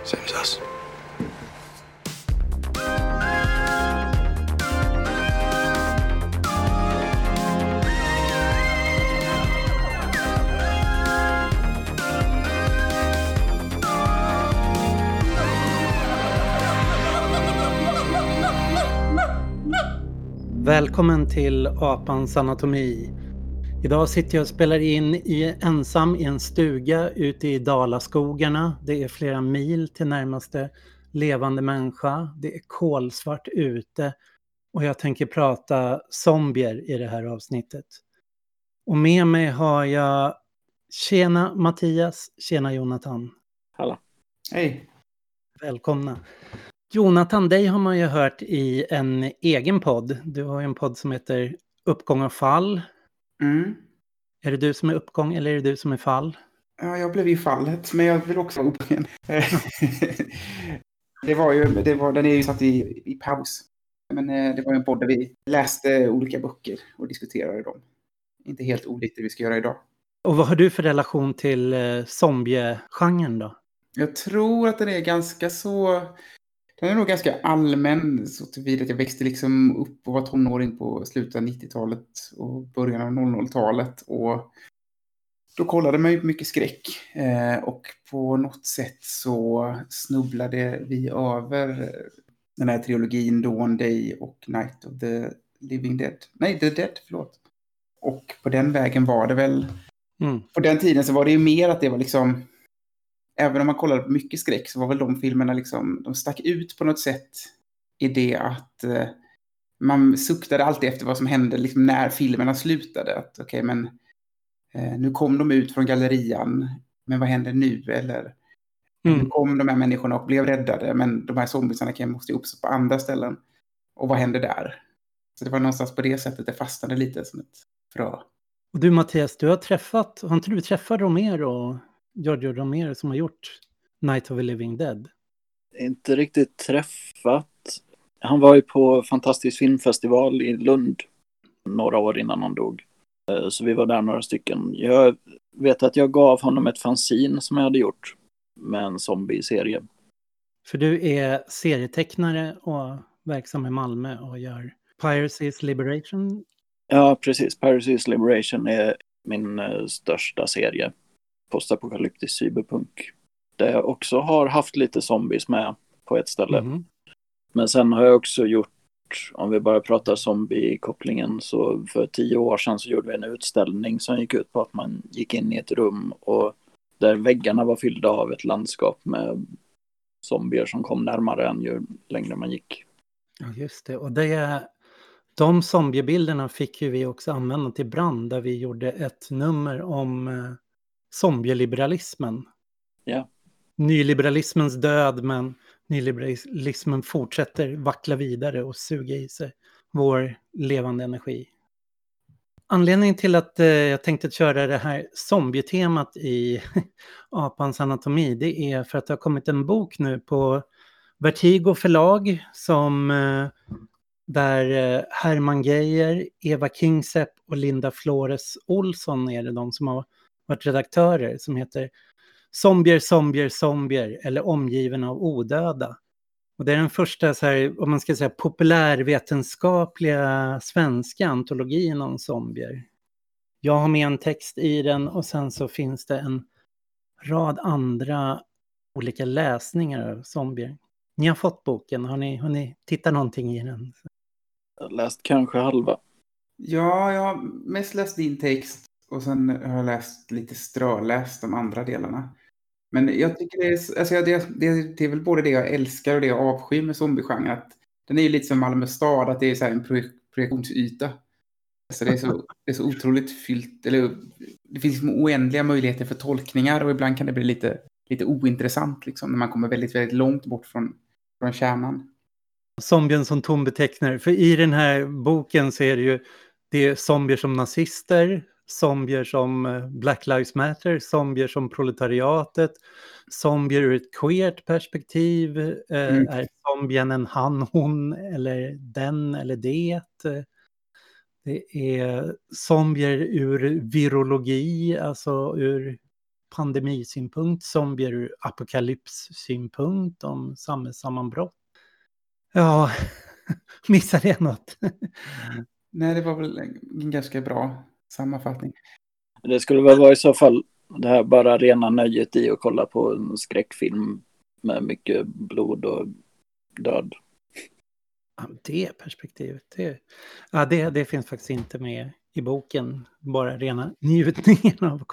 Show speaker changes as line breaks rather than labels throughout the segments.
Same as us.
Välkommen till Apans anatomi. Idag sitter jag och spelar in ensam i en stuga ute i Dalaskogarna. Det är flera mil till närmaste levande människa. Det är kolsvart ute och jag tänker prata zombier i det här avsnittet. Och med mig har jag tjena Mattias, tjena Jonathan.
Hallå.
Hej.
Välkomna. Jonathan, dig har man ju hört i en egen podd. Du har ju en podd som heter Uppgång och fall.
Mm.
Är det du som är uppgång eller är det du som är fall?
Ja, jag blev i fallet, men jag vill också vara uppgången. Den är ju satt i paus. Men det var en podd där vi läste olika böcker och diskuterade dem. Inte helt olikt det vi ska göra idag.
Och vad har du för relation till zombie-genren då?
Jag tror att den är ganska så... Den är nog ganska allmän så tillvida att jag växte liksom upp och var tonåring på slutet av 90-talet och början av 00-talet. Och då kollade man ju mycket skräck. Och på något sätt så snubblade vi över den här trilogin Dawn Day och Night of the Living Dead. Nej, The Dead, förlåt. Och på den vägen var det väl... På den tiden så var det ju mer att det var liksom... Även om man kollade på mycket skräck så var väl de filmerna liksom... De stack ut på något sätt i det att man suktade alltid efter vad som hände liksom när filmerna slutade. Att okej, men nu kom de ut från gallerian, men vad händer nu? Eller nu kom de här människorna och blev räddade, men de här zombiesarna måste ju uppstå på andra ställen. Och vad händer där? Så det var någonstans på det sättet det fastnade lite som ett frö.
Och du Mattias, har inte du träffat Romero och Giorgio Romero som har gjort Night of the Living Dead?
Inte riktigt träffat. Han var ju på Fantastisk filmfestival i Lund några år innan han dog. Så vi var där några stycken. Jag vet att jag gav honom ett fanzine som jag hade gjort med en zombie-serie.
För du är serietecknare och verksam i Malmö och gör Piracy's Liberation.
Ja, precis. Piracy's Liberation är min största serie. Postapokalyptisk cyberpunk. Där jag också har haft lite zombies med på ett ställe. Mm. Men sen har jag också gjort, om vi bara pratar zombie-kopplingen, så för 10 år sedan så gjorde vi en utställning som gick ut på att man gick in i ett rum och där väggarna var fyllda av ett landskap med zombier som kom närmare än ju längre man gick.
Ja, just det. Och de zombiebilderna fick ju vi också använda till Brand, där vi gjorde ett nummer om zombieliberalismen.
Ja.
Nyliberalismens död, men nyliberalismen fortsätter vackla vidare och suga i sig vår levande energi. Anledningen till att jag tänkte köra det här zombie-temat i Apans anatomi, det är för att det har kommit en bok nu på Vertigo förlag som där Herman Geijer, Eva Kingsepp och Linda Flores Olsson är det de som har varit redaktörer, som heter Zombier, zombier, zombier eller Omgiven av odöda. Och det är den första så här, om man ska säga, populärvetenskapliga svenska antologin om zombier. Jag har med en text i den och sen så finns det en rad andra olika läsningar av zombier. Ni har fått boken, har ni tittat någonting i den?
Jag har läst kanske halva.
Ja, jag har mest läst din text och sen har jag läst lite ströläst de andra delarna. Men jag tycker det är väl både det jag älskar och det jag avskyr med zombiegenren. Att den är ju lite som Malmö stad, att det är så här en projektionsyta. Så det är så otroligt fyllt, eller det finns oändliga möjligheter för tolkningar och ibland kan det bli lite ointressant liksom, när man kommer väldigt, väldigt långt bort från kärnan.
Zombien som Tom betecknar, för i den här boken så är det är zombier som nazister, zombier som Black Lives Matter, zombier som proletariatet, zombier ur ett queert perspektiv, är zombien en han, hon eller den eller det. Det är zombier ur virologi, alltså ur pandemisynpunkt, zombier ur apokalypssynpunkt, om samhällssammanbrott. Ja, missade jag något?
Nej, det var väl en ganska bra sammanfattning.
Det skulle väl vara i så fall det här bara rena nöjet i att kolla på en skräckfilm med mycket blod och död.
Ja, det perspektivet. Det finns faktiskt inte med i boken. Bara rena njutningen av att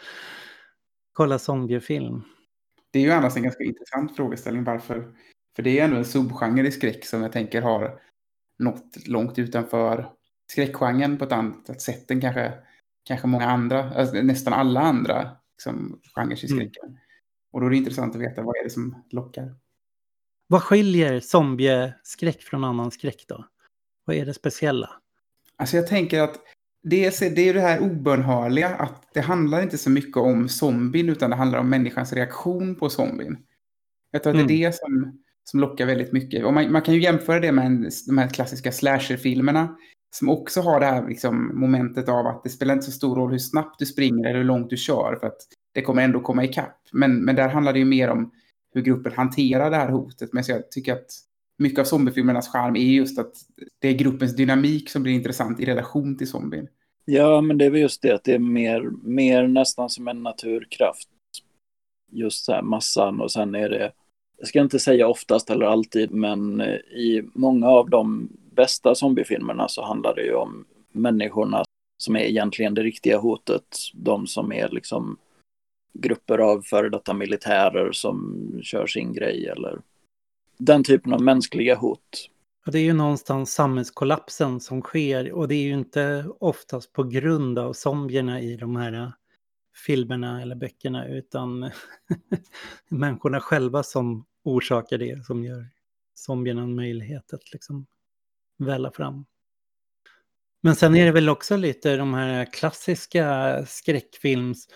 kolla zombiefilm.
Det är ju annars en ganska intressant frågeställning. Varför? För det är ändå en subgenre i skräck som jag tänker har nått långt utanför skräckgenren på ett annat sätt än kanske många andra, alltså nästan alla andra liksom, genrer i skräcken. Och då är det intressant att veta vad är det som lockar.
Vad skiljer zombieskräck från annan skräck då? Vad är det speciella?
Alltså jag tänker att det är ju det här obönhörliga, att det handlar inte så mycket om zombien utan det handlar om människans reaktion på zombien. Jag tror att det är det som lockar väldigt mycket. Och man kan ju jämföra det med de här klassiska slasherfilmerna som också har det här liksom, momentet av att det spelar inte så stor roll hur snabbt du springer eller hur långt du kör för att det kommer ändå komma ikapp. Men där handlar det ju mer om hur gruppen hanterar det här hotet. Men så jag tycker att mycket av zombiefilmernas charm är just att det är gruppens dynamik som blir intressant i relation till zombien.
Ja, men det är väl just det att det är mer nästan som en naturkraft. Just så här massan, och sen är det, jag ska inte säga oftast eller alltid, men i många av de bästa zombiefilmerna så handlar det ju om människorna som är egentligen det riktiga hotet. De som är liksom grupper av före detta militärer som kör sin grej eller den typen av mänskliga hot.
Och det är ju någonstans samhällskollapsen som sker, och det är ju inte oftast på grund av zombierna i de här filmerna eller böckerna, utan människorna själva som orsakar det, som gör zombierna en möjlighet att liksom välla fram. Men sen är det väl också lite de här klassiska skräckfilms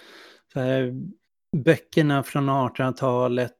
böckerna från 1800-talet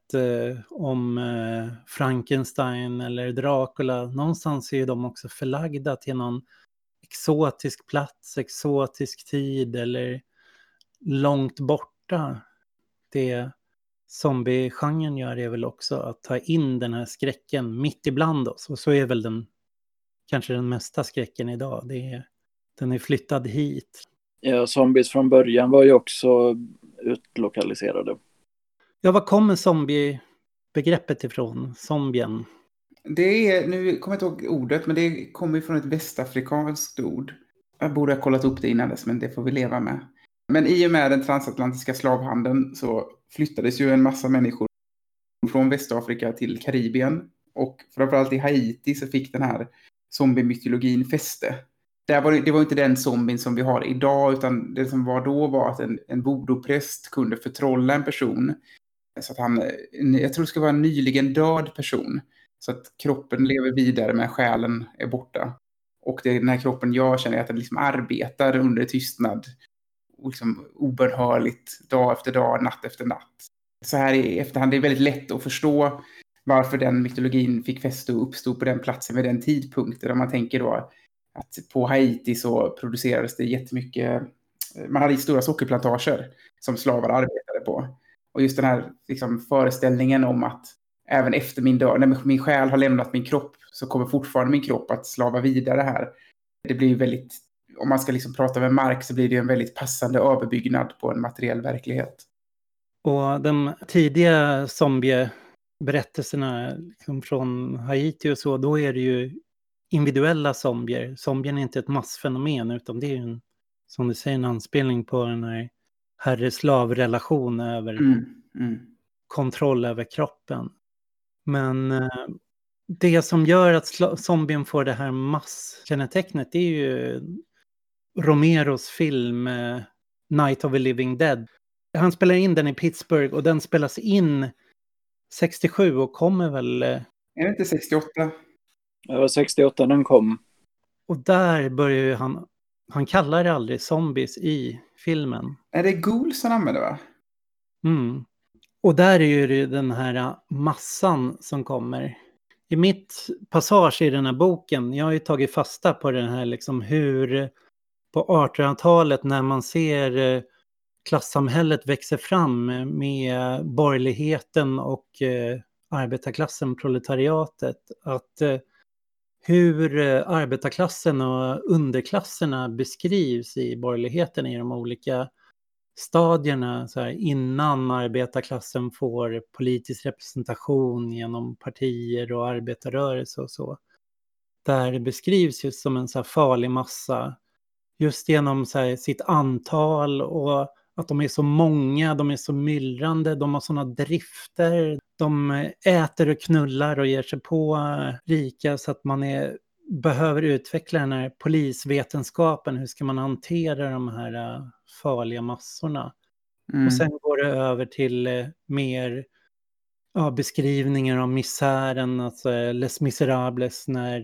om Frankenstein eller Dracula. Någonstans är ju de också förlagda till någon exotisk plats, exotisk tid eller långt borta. Det zombie-genren gör är väl också att ta in den här skräcken mitt ibland oss. Och så är väl kanske den mesta skräcken idag. Den är flyttad hit.
Ja, zombies från början var ju också utlokaliserade.
Ja, vad kommer zombie-begreppet ifrån? Zombien?
Det är, nu kommer jag inte ihåg ordet, men det kommer ju från ett västafrikanskt ord. Jag borde ha kollat upp det innan dess, men det får vi leva med. Men i och med den transatlantiska slavhandeln så flyttades ju en massa människor från Västafrika till Karibien. Och framförallt i Haiti så fick den här zombie-mytologin fäste. Det var inte den zombien som vi har idag, utan det som var då var att en voodoo-präst kunde förtrolla en person. Så att jag tror det ska vara en nyligen död person. Så att kroppen lever vidare men själen är borta. Och det den här kroppen jag känner att den liksom arbetar under tystnad. Liksom obönhörligt dag efter dag, natt efter natt. Så här i efterhand det är väldigt lätt att förstå varför den mytologin fick fäste och uppstod på den platsen vid den tidpunkten. Om man tänker då att på Haiti så producerades det jättemycket, man hade stora sockerplantager som slavar arbetade på. Och just den här liksom, föreställningen om att även efter min död, när min själ har lämnat min kropp så kommer fortfarande min kropp att slava vidare här. Det blir väldigt, om man ska liksom prata med Marx så blir det en väldigt passande överbyggnad på en materiell verklighet.
Och de tidiga zombieberättelserna liksom från Haiti och så, då är det ju individuella zombier. Zombien är inte ett massfenomen, utan det är ju som du säger, en anspelning på den här herre-slav-relation över kontroll över kroppen. Men det som gör att zombien får det här masskännetecknet, det är ju Romeros film Night of the Living Dead. Han spelar in den i Pittsburgh och den spelas in 67 och kommer väl...
Är det inte 68?
Det var 68 den kom.
Och där börjar ju han kallar det aldrig zombies i filmen.
Är det ghouls han använder va?
Mm. Och där är ju det den här massan som kommer. I mitt passage i den här boken, jag har ju tagit fasta på den här liksom hur på 1800-talet när man ser klassamhället växer fram med borgerligheten och arbetarklassen, proletariatet. Att hur arbetarklassen och underklasserna beskrivs i borgerligheten i de olika stadierna så här, innan arbetarklassen får politisk representation genom partier och arbetarrörelse och så. Där beskrivs just som en så här farlig massa just genom så här, sitt antal och att de är så många, de är så myllrande, de har sådana drifter, de äter och knullar och ger sig på rika så att man behöver utveckla den här polisvetenskapen, hur ska man hantera de här farliga massorna. Och sen går det över till mer beskrivningar av misären, alltså Les Miserables, när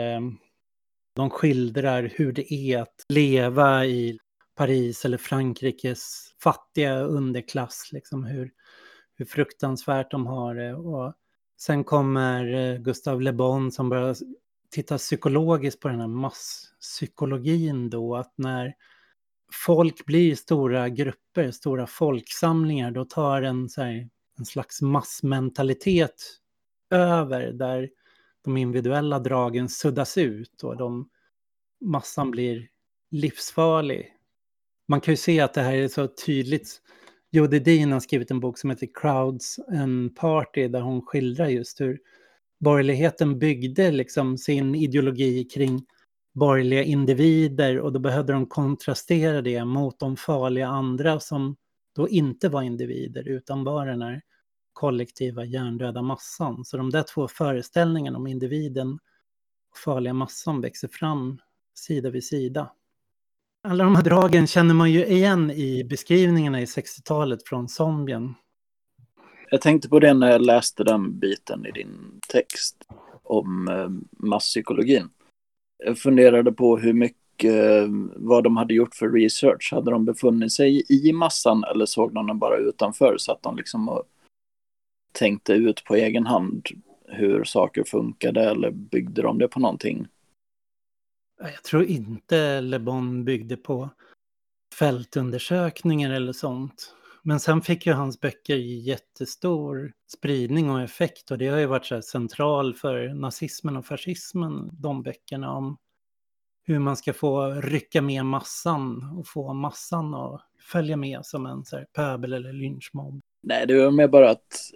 de skildrar hur det är att leva i Paris eller Frankrikes fattiga underklass, liksom hur fruktansvärt de har det. Och sen kommer Gustave Le Bon som börjar titta psykologiskt på den här masspsykologin då, att när folk blir stora grupper, stora folksamlingar, då tar en slags massmentalitet över där de individuella dragen suddas ut och massan blir livsfarlig. Man kan ju se att det här är så tydligt. Jodi Dean har skrivit en bok som heter Crowds and Party där hon skildrar just hur borgerligheten byggde liksom sin ideologi kring borgerliga individer och då behövde de kontrastera det mot de farliga andra som då inte var individer utan var den här kollektiva hjärndöda massan. Så de där två föreställningarna om individen och farliga massan växer fram sida vid sida. Alla de här dragen känner man ju igen i beskrivningarna i 60-talet från Zombien.
Jag tänkte på det när jag läste den biten i din text om masspsykologin. Jag funderade på hur mycket, vad de hade gjort för research. Hade de befunnit sig i massan eller såg de den bara utanför så att de liksom och tänkte ut på egen hand hur saker funkade eller byggde de det på någonting?
Jag tror inte Le Bon byggde på fältundersökningar eller sånt. Men sen fick ju hans böcker jättestor spridning och effekt och det har ju varit så här central för nazismen och fascismen, de böckerna om hur man ska få rycka med massan och få massan att följa med som en så här pöbel eller lynchmobb.
Nej, det är mer bara att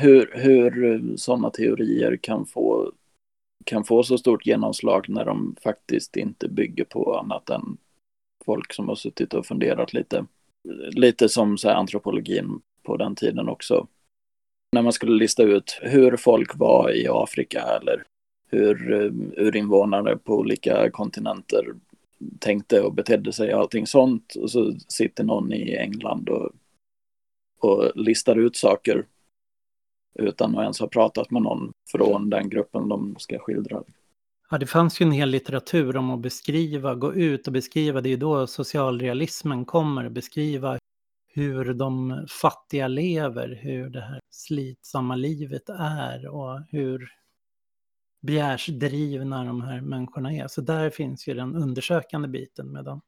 hur sådana teorier kan få så stort genomslag när de faktiskt inte bygger på annat än folk som har suttit och funderat lite som så här antropologin på den tiden också. När man skulle lista ut hur folk var i Afrika eller hur urinvånare på olika kontinenter tänkte och betedde sig och allting sånt. Och så sitter någon i England och listar ut saker utan att ens ha pratat med någon från den gruppen de ska skildra.
Ja, det fanns ju en hel litteratur om att gå ut och beskriva. Det är ju då socialrealismen kommer att beskriva hur de fattiga lever, hur det här slitsamma livet är och hur begärsdrivna de här människorna är. Så där finns ju den undersökande biten med dem.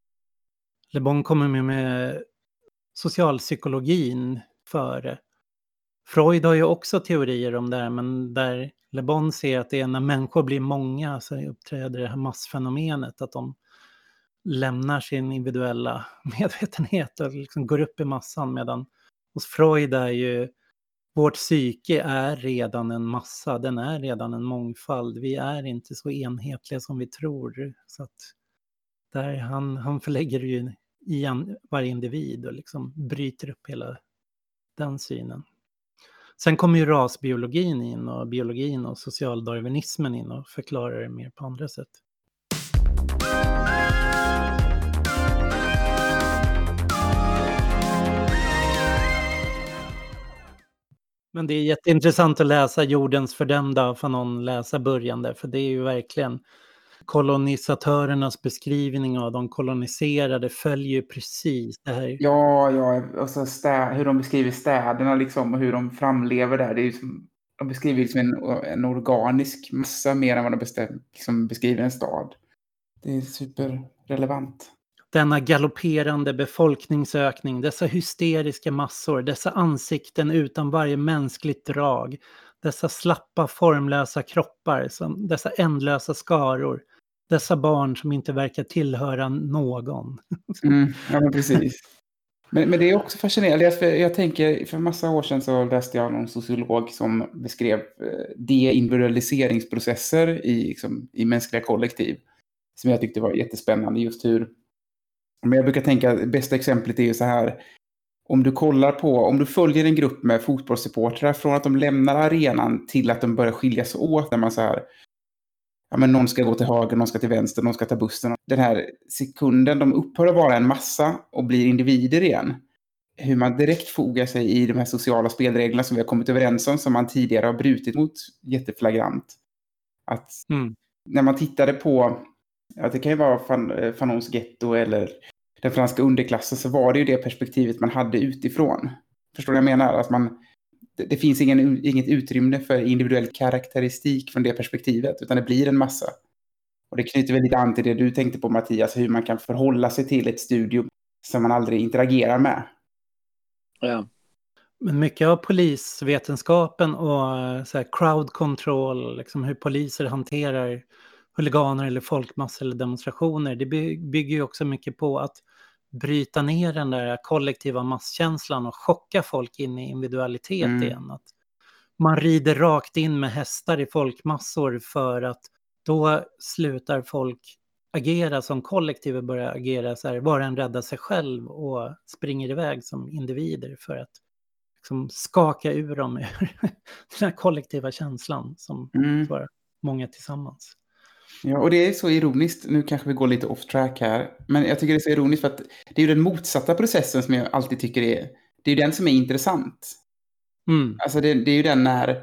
Le Bon kommer med socialpsykologin före. Freud har ju också teorier om det här, men där Le Bon ser att det är när människor blir många så uppträder det här massfenomenet, att de lämnar sin individuella medvetenhet och liksom går upp i massan, medan hos Freud är ju vårt psyke är redan en massa, den är redan en mångfald, vi är inte så enhetliga som vi tror, så att där han förlägger ju i varje individ och liksom bryter upp hela den synen. Sen kommer ju rasbiologin in och biologin och socialdarwinismen in och förklarar det mer på andra sätt. Men det är jätteintressant att läsa Jordens fördömda för någon läsa början där, för det är ju verkligen kolonisatörernas beskrivning av de koloniserade följer ju precis det här.
Ja, och så hur de beskriver städerna liksom och hur de framlever där. Det är ju som, de beskriver liksom en organisk massa mer än vad de liksom beskriver en stad. Det är superrelevant.
Denna galopperande befolkningsökning, dessa hysteriska massor, dessa ansikten utan varje mänskligt drag, dessa slappa formlösa kroppar, dessa ändlösa skaror, dessa barn som inte verkar tillhöra någon.
Ja, men precis. Men det är också fascinerande. Jag tänker, för en massa år sedan så läste jag någon sociolog som beskrev deindividualiseringsprocesser i mänskliga kollektiv. Som jag tyckte var jättespännande, just hur. Men jag brukar tänka, det bästa exemplet är ju så här. Om du följer en grupp med fotbollssupportrar från att de lämnar arenan till att de börjar skiljas åt, när man så här, ja, men någon ska gå till höger, någon ska till vänster, någon ska ta bussen. Den här sekunden de upphör att vara en massa och blir individer igen. Hur man direkt fogar sig i de här sociala spelreglerna som vi har kommit överens om, som man tidigare har brutit mot jätteflagrant. Att när man tittade på, ja, det kan ju vara Fanons getto eller den franska underklassen, så var det ju det perspektivet man hade utifrån. Förstår du vad jag menar? Att det finns inget utrymme för individuell karaktäristik från det perspektivet, utan det blir en massa. Och det knyter väl lite an till det du tänkte på, Mattias, hur man kan förhålla sig till ett studium som man aldrig interagerar med.
Ja.
Men mycket av polisvetenskapen och så här crowd control, liksom hur poliser hanterar huliganer eller folkmassor eller demonstrationer, det bygger ju också mycket på att bryta ner den där kollektiva masskänslan och chocka folk in i individualitet igen. Att man rider rakt in med hästar i folkmassor för att då slutar folk agera som kollektiv och börjar agera så här, var en rädda sig själv och springer iväg som individer för att liksom skaka ur dem ur den här kollektiva känslan som var många tillsammans.
Ja, och det är så ironiskt, nu kanske vi går lite off track här, men jag tycker det är så ironiskt för att det är ju den motsatta processen som jag alltid tycker det är ju den som är intressant. Alltså det är ju den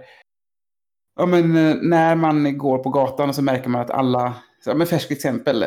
när man går på gatan och så märker man att alla, men färskt exempel,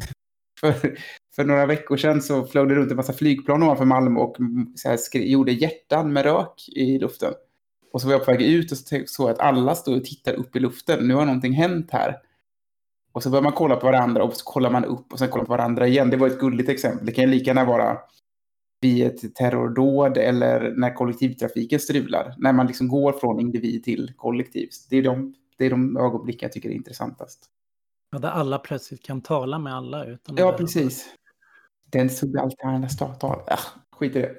för några veckor sedan så flög det runt en massa flygplan ovanför Malmö och så här gjorde hjärtan med rök i luften. Och så var jag på väg ut och så att alla stod och tittade upp i luften, nu har någonting hänt här. Och så börjar man kolla på varandra och så kollar man upp och sen kollar på varandra igen. Det var ett gulligt exempel. Det kan ju lika gärna vara vid ett terrordåd eller när kollektivtrafiken strular. När man liksom går från individ till kollektiv. Det är de ögonblick jag tycker är intressantast.
Ja, där alla plötsligt kan tala med alla. Utan
ja, precis. Den subalterna statal. Skit i det.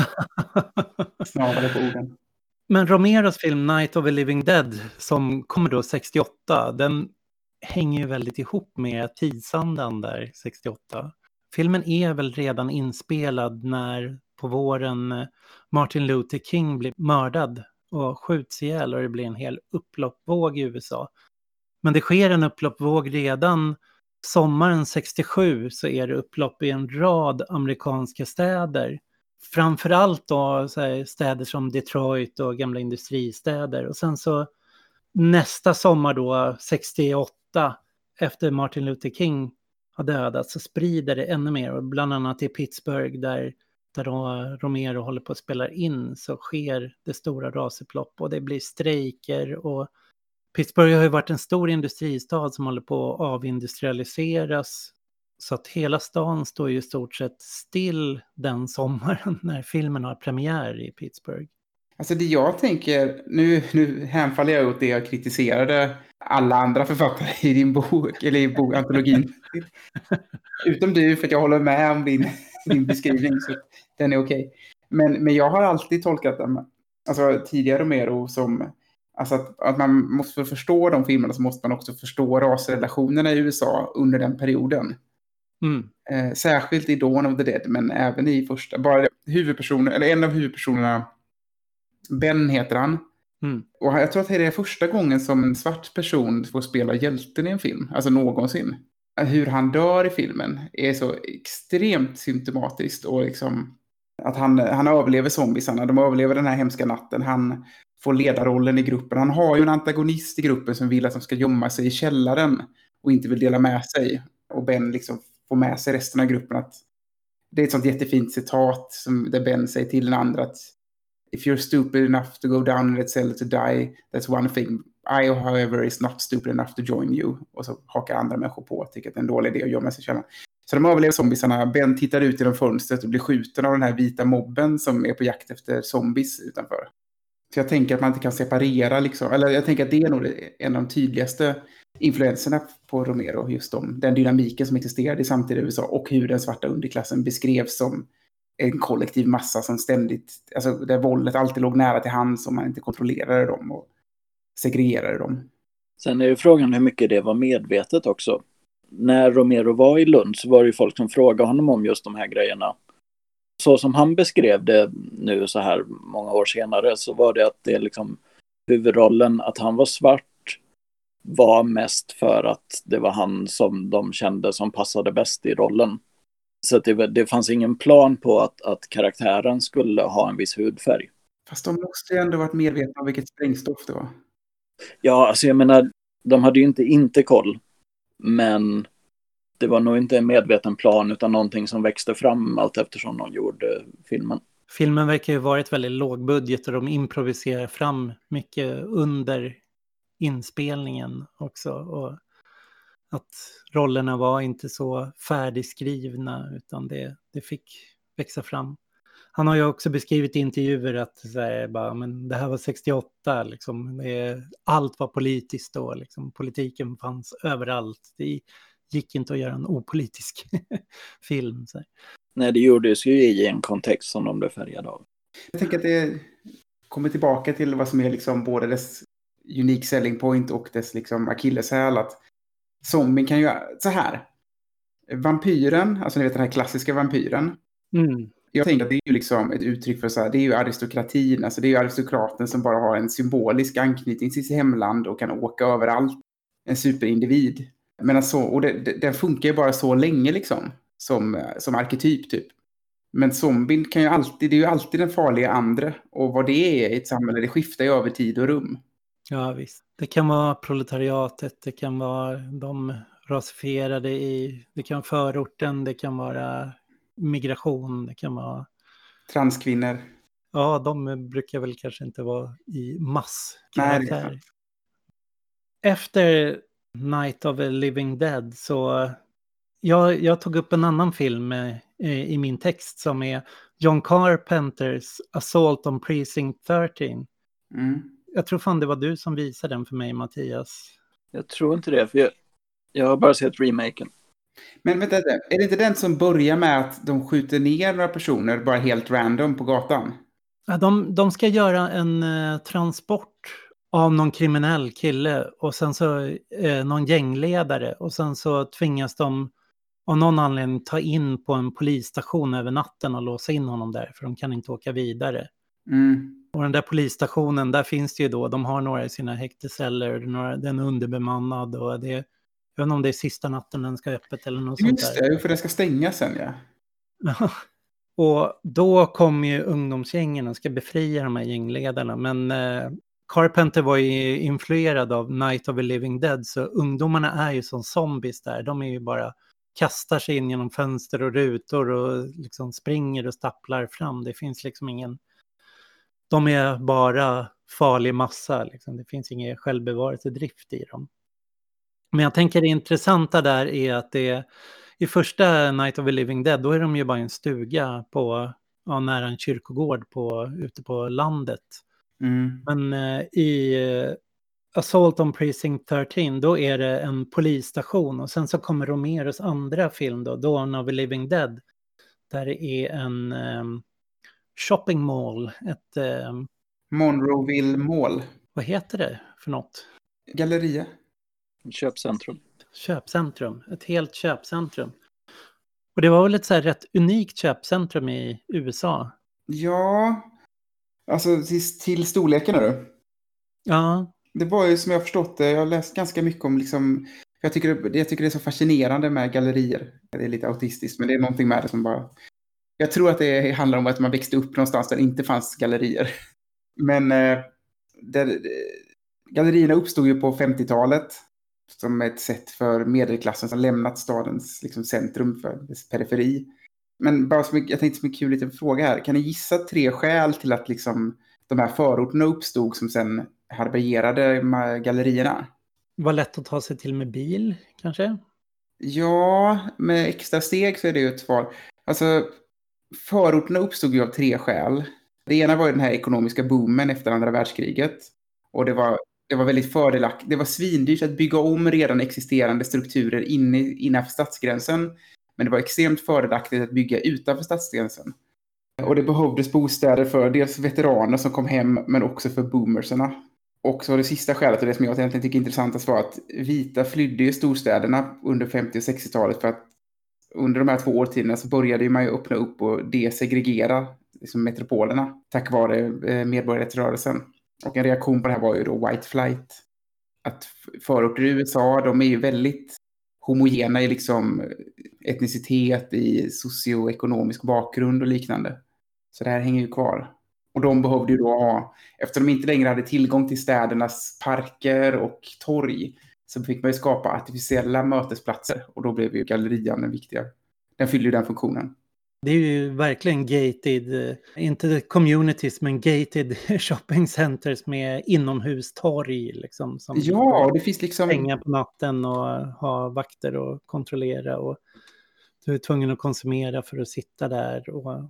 Snarare på orden.
Men Romeros film Night of the Living Dead som kommer då 68, den hänger ju väldigt ihop med tidsandan där 68. Filmen är väl redan inspelad när på våren Martin Luther King blir mördad och skjuts ihjäl och det blir en hel upploppvåg i USA. Men det sker en upploppvåg redan sommaren 67, så är det upplopp i en rad amerikanska städer. Framförallt då så här, städer som Detroit och gamla industristäder. Och sen så nästa sommar då 68, efter Martin Luther King har dödats, så sprider det ännu mer. Och bland annat i Pittsburgh där Romero håller på att spela in så sker det stora rasupplopp och det blir strejker. Och Pittsburgh har ju varit en stor industristad som håller på att avindustrialiseras. Så att hela stan står ju i stort sett still den sommaren när filmen har premiär i Pittsburgh.
Alltså det jag tänker, nu hänfaller jag åt det jag kritiserade alla andra författare i din bok, eller i antologin. Utom du, för att jag håller med om din beskrivning, så den är okej. Men jag har alltid tolkat alltså tidigare Romero som alltså att man måste förstå de filmerna, så måste man också förstå rasrelationerna i USA under den perioden. Särskilt i Dawn of the Dead, men även i första. Bara huvudpersonen, eller en av huvudpersonerna, Ben heter han. Och jag tror att det är första gången som en svart person får spela hjälten i en film. Alltså någonsin. Hur han dör i filmen är så extremt symptomatiskt. Och liksom att han överlever zombiesarna. De överlever den här hemska natten. Han får ledarrollen i gruppen. Han har ju en antagonist i gruppen som vill att de ska gömma sig i källaren. Och inte vill dela med sig. Och Ben liksom får med sig resten av gruppen. Att det är ett sånt jättefint citat där Ben säger till den andra att if you're stupid enough to go down in that cell to die, that's one thing. I, however, is not stupid enough to join you. Och så hakar andra människor på och tycker att det är en dålig idé att gömma sig själva. Så de överlever zombiesarna. Ben tittar ut genom fönstret och blir skjuten av den här vita mobben som är på jakt efter zombies utanför. Så jag tänker att man inte kan separera liksom. Eller jag tänker att det är nog en av de tydligaste influenserna på Romero. Just den dynamiken som existerade i samtida USA och hur den svarta underklassen beskrevs som en kollektiv massa som ständigt, alltså där våldet alltid låg nära till hands om man inte kontrollerade dem och segregerade dem.
Sen är ju frågan hur mycket det var medvetet också. När Romero var i Lund så var det ju folk som frågade honom om just de här grejerna. Så som han beskrev det nu så här många år senare så var det att det liksom huvudrollen att han var svart var mest för att det var han som de kände som passade bäst i rollen. Så att det fanns ingen plan på att karaktären skulle ha en viss hudfärg.
Fast de måste ju ändå varit medvetna om vilket sprängstoff det var.
Ja, alltså jag menar, de hade ju inte koll. Men det var nog inte en medveten plan utan någonting som växte fram allt eftersom de gjorde filmen.
Filmen verkar ju varit väldigt lågbudget och de improviserar fram mycket under inspelningen också. Och att rollerna var inte så färdigskrivna utan det fick växa fram. Han har ju också beskrivit i intervjuer att så här, bara, men det här var 68, liksom, allt var politiskt då, liksom, politiken fanns överallt. Det gick inte att göra en opolitisk film. Så här.
Nej, det gjordes ju i en kontext som de blev färgade av.
Jag tänker att det kommer tillbaka till vad som är liksom både dess unique selling point och dess liksom akilleshäl. Att zombien kan ju, så här, vampyren, alltså ni vet den här klassiska vampyren. Jag tänker att det är ju liksom ett uttryck för så här, det är ju aristokratin, alltså det är ju aristokraten som bara har en symbolisk anknytning till sitt hemland och kan åka överallt. En superindivid. Men alltså, och den funkar ju bara så länge liksom, som arketyp typ. Men zombien kan ju alltid, det är ju alltid den farliga andra. Och vad det är i ett samhälle, det skiftar ju över tid och rum.
Ja visst. Det kan vara proletariatet, det kan vara de rasifierade det kan vara förorten, det kan vara migration, det kan vara...
Transkvinnor.
Ja, de brukar väl kanske inte vara i masskaraktär.
Nej,
efter Night of the Living Dead så... Jag tog upp en annan film i min text som är John Carpenters Assault on Precinct 13. Jag tror fan det var du som visade den för mig, Mattias.
Jag tror inte det, för jag har bara sett remaken.
Men vänta, är det inte den som börjar med att de skjuter ner några personer bara helt random på gatan?
Ja, de ska göra en transport av någon kriminell kille och sen så någon gängledare och sen så tvingas de av någon anledning ta in på en polisstation över natten och låsa in honom där för de kan inte åka vidare. Och den där polisstationen, där finns det ju då, de har några i sina häkteceller, den är underbemannad och jag vet inte om det är sista natten den ska öppet eller något sånt där.
Just det, för det ska stänga sen, ja.
Och då kommer ju ungdomsgängen och ska befria de här gängledarna, men Carpenter var ju influerad av Night of the Living Dead, så ungdomarna är ju som zombies där, de är ju bara kastar sig in genom fönster och rutor och liksom springer och stapplar fram. Det finns liksom ingen... De är bara farlig massa. Liksom. Det finns ingen självbevarelsedrift i dem. Men jag tänker det intressanta där är att i första Night of the Living Dead då är de ju bara en stuga nära en kyrkogård ute på landet. Men i Assault on Precinct 13, då är det en polisstation och sen så kommer Romeros andra film då, Dawn of the Living Dead, där det är en shopping mall, ett
Monroeville Mall.
Vad heter det för något?
Galleria.
Köpcentrum, ett helt köpcentrum. Och det var väl ett så här rätt unikt köpcentrum i USA?
Ja, alltså till storleken är det.
Ja.
Det var ju som jag förstått det, jag har läst ganska mycket om liksom, jag tycker det är så fascinerande med gallerier. Det är lite autistiskt, men det är någonting med det som bara... Jag tror att det handlar om att man växte upp någonstans där det inte fanns gallerier. Men gallerierna uppstod ju på 50-talet som ett sätt för medelklassen som lämnat stadens liksom, centrum för dess periferi. Men bara jag tänkte som en kul liten fråga här. Kan ni gissa 3 skäl till att liksom, de här förorterna uppstod som sen härbärgerade gallerierna?
Var lätt att ta sig till med bil, kanske?
Ja, med extra steg så är det ju ett svar. Alltså, förorterna uppstod ju av 3 skäl. Det ena var ju den här ekonomiska boomen efter andra världskriget. Och det var väldigt fördelaktigt. Det var svindyrt att bygga om redan existerande strukturer innanför stadsgränsen. Men det var extremt fördelaktigt att bygga utanför stadsgränsen. Och det behövdes bostäder för dels veteraner som kom hem, men också för boomerserna. Och så det sista skälet, och det som jag egentligen tycker är intressantast, var att vita flydde i storstäderna under 50- och 60-talet för att under de här 2 årtiderna så började man ju öppna upp och desegregera liksom metropolerna tack vare medborgarrättsrörelsen. Och en reaktion på det här var ju då white flight. Att förorter i USA, de är ju väldigt homogena i liksom etnicitet, i socioekonomisk bakgrund och liknande. Så det här hänger ju kvar. Och de behövde ju då ha, eftersom de inte längre hade tillgång till städernas parker och torg, så fick man ju skapa artificiella mötesplatser. Och då blev ju gallerian den viktiga. Den fyllde ju den funktionen.
Det är ju verkligen gated, inte communities men gated shopping centers med inomhustorg liksom. Som
ja, det finns liksom...
hänga på natten och ha vakter och kontrollera, och du är tvungen att konsumera för att sitta där. Och...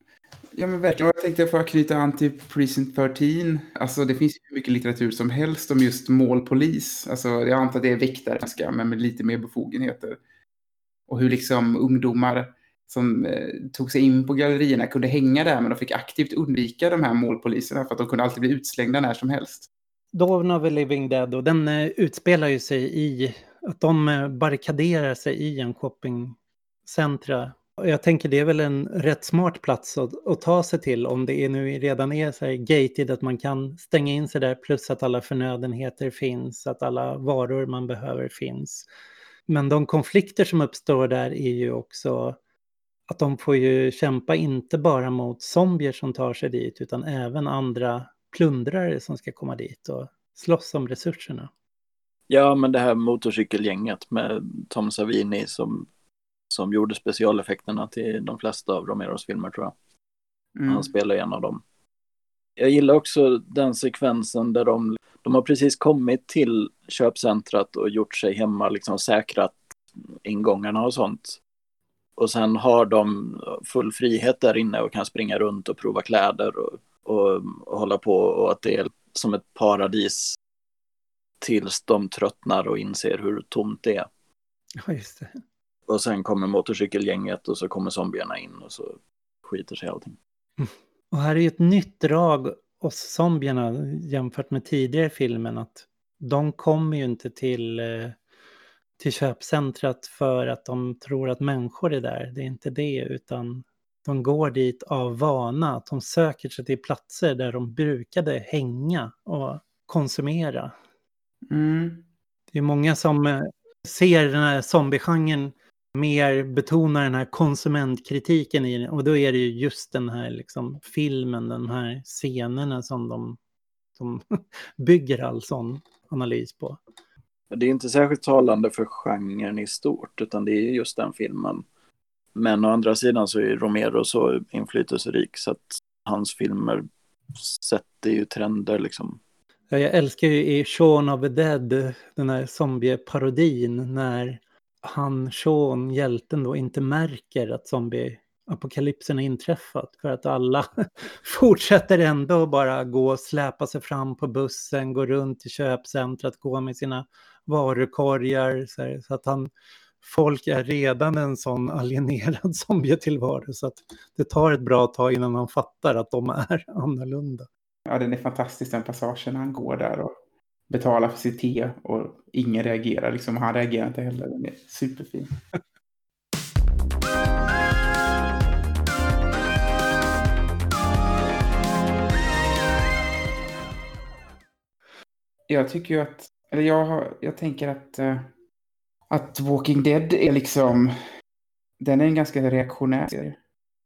Ja, men verkligen. Jag tänkte få knyta an till Precinct 13. Alltså det finns ju mycket litteratur som helst om just målpolis. Alltså jag antar att det är väktare, men med lite mer befogenheter. Och hur liksom ungdomar som tog sig in på gallerierna kunde hänga där, men de fick aktivt undvika de här målpoliserna för att de kunde alltid bli utslängda när som helst.
Dawn of the Living Dead, och den utspelar ju sig i att de barrikaderar sig i en shoppingcentra. Och jag tänker det är väl en rätt smart plats att ta sig till, om det nu redan är så här gated att man kan stänga in sig där, plus att alla förnödenheter finns, att alla varor man behöver finns. Men de konflikter som uppstår där är ju också att de får ju kämpa inte bara mot zombier som tar sig dit, utan även andra plundrare som ska komma dit och slåss om resurserna. Ja,
men det här motorcykelgänget med Tom Savini som gjorde specialeffekterna till de flesta av Romeros filmer, tror jag. Han spelar en av dem. Jag gillar också den sekvensen där de har precis kommit till köpcentrat och gjort sig hemma, liksom säkrat ingångarna och sånt. Och sen har de full frihet där inne och kan springa runt och prova kläder och hålla på, och att det är som ett paradis tills de tröttnar och inser hur tomt det är.
Ja, just det.
Och sen kommer motorcykelgänget och så kommer zombierna in och så skiter sig allting.
Och här är ju ett nytt drag hos zombierna jämfört med tidigare filmen, att de kommer ju inte till köpcentrat för att de tror att människor är där. Det är inte det, utan de går dit av vana. Att de söker sig till platser där de brukade hänga och konsumera. Det är många som ser den här zombiegenren mer betonar den här konsumentkritiken i den. Och då är det ju just den här liksom filmen, de här scenerna som de bygger all sån analys på.
Det är inte särskilt talande för genren i stort, utan det är just den filmen. Men å andra sidan så är Romero så inflytelserik så att hans filmer sätter ju trender liksom.
Jag älskar ju i Shaun of the Dead den här zombie-parodin när Sean, hjälten då, inte märker att zombie-apokalypsen har inträffat, för att alla fortsätter ändå bara gå och släpa sig fram på bussen, gå runt i köpcentrat, gå med sina varukorgar, så att folk är redan en sån alienerad zombie-tillvaro, så att det tar ett bra tag innan man fattar att de är annorlunda.
Ja, den är fantastisk, den passagen. Han går där och betalar för sitt te och ingen reagerar. Liksom, han reagerar inte heller. Den är superfin. Jag tycker ju att... Eller jag tänker att Walking Dead är liksom... Den är en ganska reaktionär serie.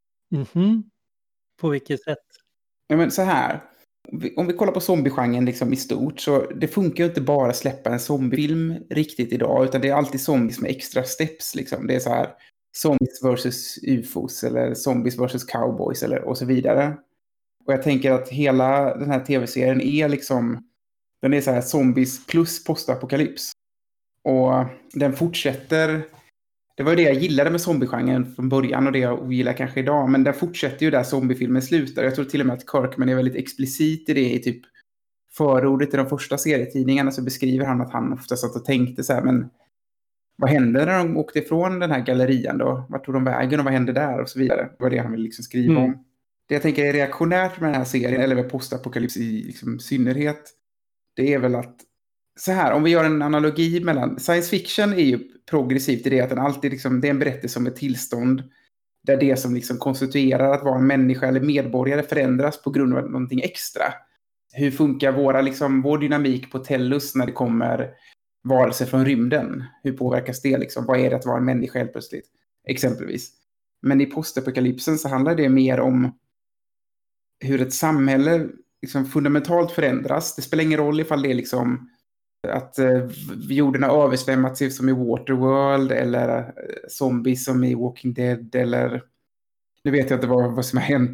På vilket sätt?
Ja, men så här... Om vi kollar på zombiegenren liksom i stort, så det funkar ju inte bara att släppa en zombiefilm riktigt idag, utan det är alltid zombies med extra steps liksom. Det är så här zombies versus ufos eller zombies versus cowboys och så vidare. Och jag tänker att hela den här tv-serien är liksom, den är så här zombies plus postapokalyps. Och den fortsätter Det var ju det jag gillade med zombiegenren från början och det jag ogillar kanske idag. Men den fortsätter ju där zombiefilmen slutar. Jag tror till och med att Kirkman är väldigt explicit i det i typ förordet i de första serietidningarna, så beskriver han att han ofta satt och tänkte så här, men vad hände när de åkte ifrån den här gallerian då? Vart tog de vägen och vad hände där och så vidare? Det var det han ville liksom skriva om. Det jag tänker är reaktionärt med den här serien, eller med postapokalyps i liksom synnerhet, det är väl att så här, om vi gör en analogi mellan science fiction är ju progressivt i det att den alltid liksom, det är en berättelse om ett tillstånd där det som liksom konstituerar att vara en människa eller medborgare förändras på grund av någonting extra. Hur funkar vår dynamik på Tellus när det kommer varelser från rymden? Hur påverkas det liksom? Vad är det att vara en människa helt plötsligt? Exempelvis. Men i postapokalypsen så handlar det mer om hur ett samhälle liksom fundamentalt förändras. Det spelar ingen roll ifall det är liksom att jorden har översvämmat som i Waterworld eller zombies som i Walking Dead eller nu vet jag inte vad som har hänt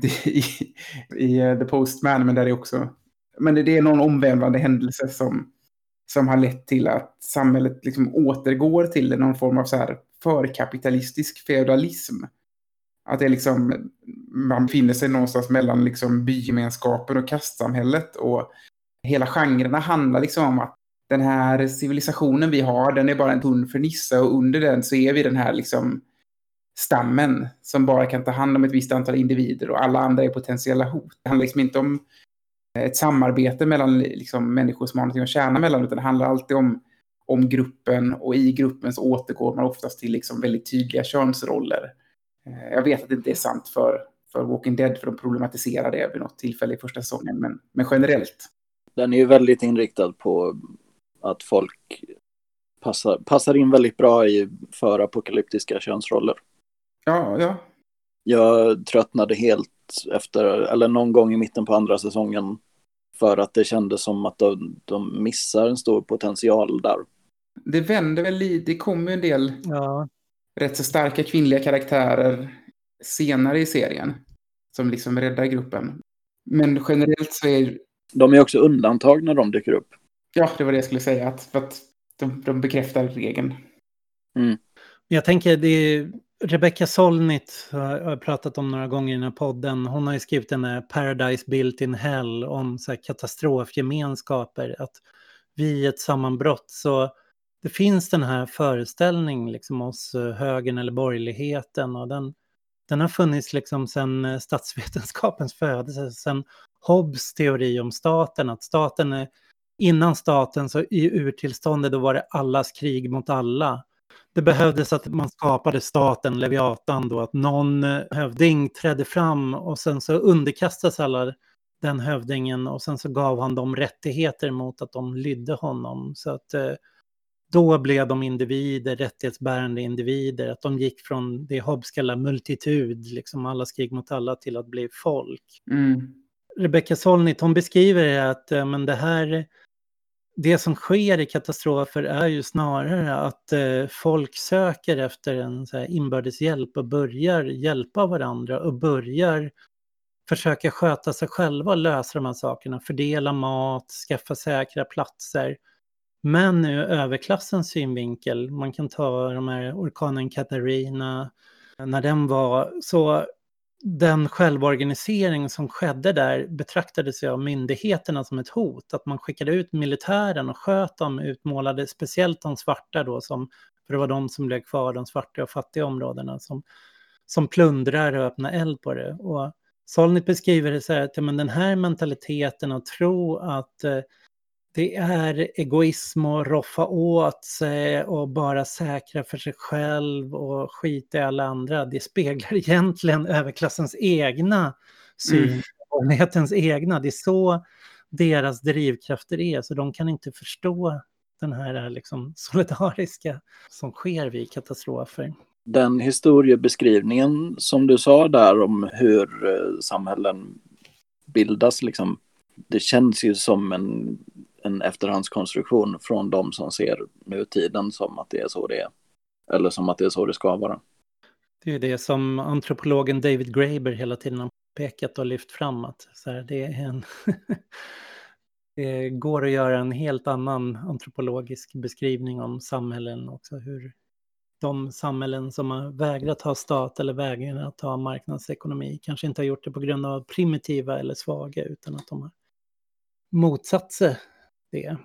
i The Postman, men där är också, men det är någon omvälvande händelse som har lett till att samhället liksom återgår till någon form av så här förkapitalistisk feudalism. Att det är liksom, man befinner sig någonstans mellan liksom bygemenskapen och kastsamhället, och hela genrerna handlar liksom om att den här civilisationen vi har, den är bara en tunn fernissa, och under den så är vi den här liksom stammen som bara kan ta hand om ett visst antal individer och alla andra är potentiella hot. Det handlar liksom inte om ett samarbete mellan liksom människor som har någonting att tjäna mellan, utan det handlar alltid om gruppen, och i gruppen så återgår man oftast till liksom väldigt tydliga könsroller. Jag vet att det inte är sant för Walking Dead, för de problematiserar det vid något tillfälle i första säsongen, men generellt.
Den är ju väldigt inriktad på att folk passar in väldigt bra i förapokalyptiska könsroller.
Ja.
Jag tröttnade helt eller någon gång i mitten på andra säsongen, för att det kändes som att de missar en stor potential där.
Det vänder väl det kommer ju en del rätt så starka kvinnliga karaktärer senare i serien som liksom räddar gruppen. Men generellt så är
de är också undantag när de dyker upp.
Ja, det var det jag skulle säga, för att de bekräftar regeln.
Jag tänker, det är Rebecca Solnit har jag pratat om några gånger i den här podden. Hon har ju skrivit den här Paradise Built in Hell om så här katastrofgemenskaper. Att vid ett sammanbrott så det finns den här föreställningen liksom hos högern eller borgerligheten. Och den har funnits liksom sedan statsvetenskapens födelse. Sedan Hobbes teori om staten. Att staten är, innan staten så i urtillståndet då var det allas krig mot alla. Det behövdes att man skapade staten, Leviatan då, att någon hövding trädde fram och sen så underkastades alla den hövdingen och sen så gav han dem rättigheter mot att de lydde honom. Så att då blev de individer, rättighetsbärande individer, att de gick från det Hobbes kallar multitud, liksom alla krig mot alla, till att bli folk. Rebecca Solnit, hon beskriver det att men det som sker i katastrofer är ju snarare att folk söker efter en så här inbördes hjälp och börjar hjälpa varandra och börjar försöka sköta sig själva och lösa de här sakerna. Fördela mat, skaffa säkra platser. Men ur överklassens synvinkel, man kan ta de här orkanen Katarina, när den var så... Den självorganisering som skedde där betraktades av myndigheterna som ett hot. Att man skickade ut militären och sköt dem, utmålade speciellt de svarta då, för det var de som blev kvar, de svarta och fattiga områdena som plundrar och öppnar eld på det. Och Solnit beskriver det så här att men den här mentaliteten att tro att det är egoism och roffa åt sig och bara säkra för sig själv och skita i alla andra. Det speglar egentligen överklassens egna syn, borgerlighetens egna. Det är så deras drivkrafter är, så de kan inte förstå den här liksom solidariska som sker vid katastrofer.
Den historiebeskrivningen som du sa där om hur samhällen bildas, liksom, det känns ju som en efterhandskonstruktion från de som ser nutiden som att det är så det är. Eller som att det är så det ska vara.
Det är det som antropologen David Graeber hela tiden har pekat och lyft fram. Att så här, det är det går att göra en helt annan antropologisk beskrivning om samhällen också. de samhällen som har vägrat ha stat eller vägrat ha marknadsekonomi kanske inte har gjort det på grund av primitiva eller svaga, utan att de har motsatt sig det.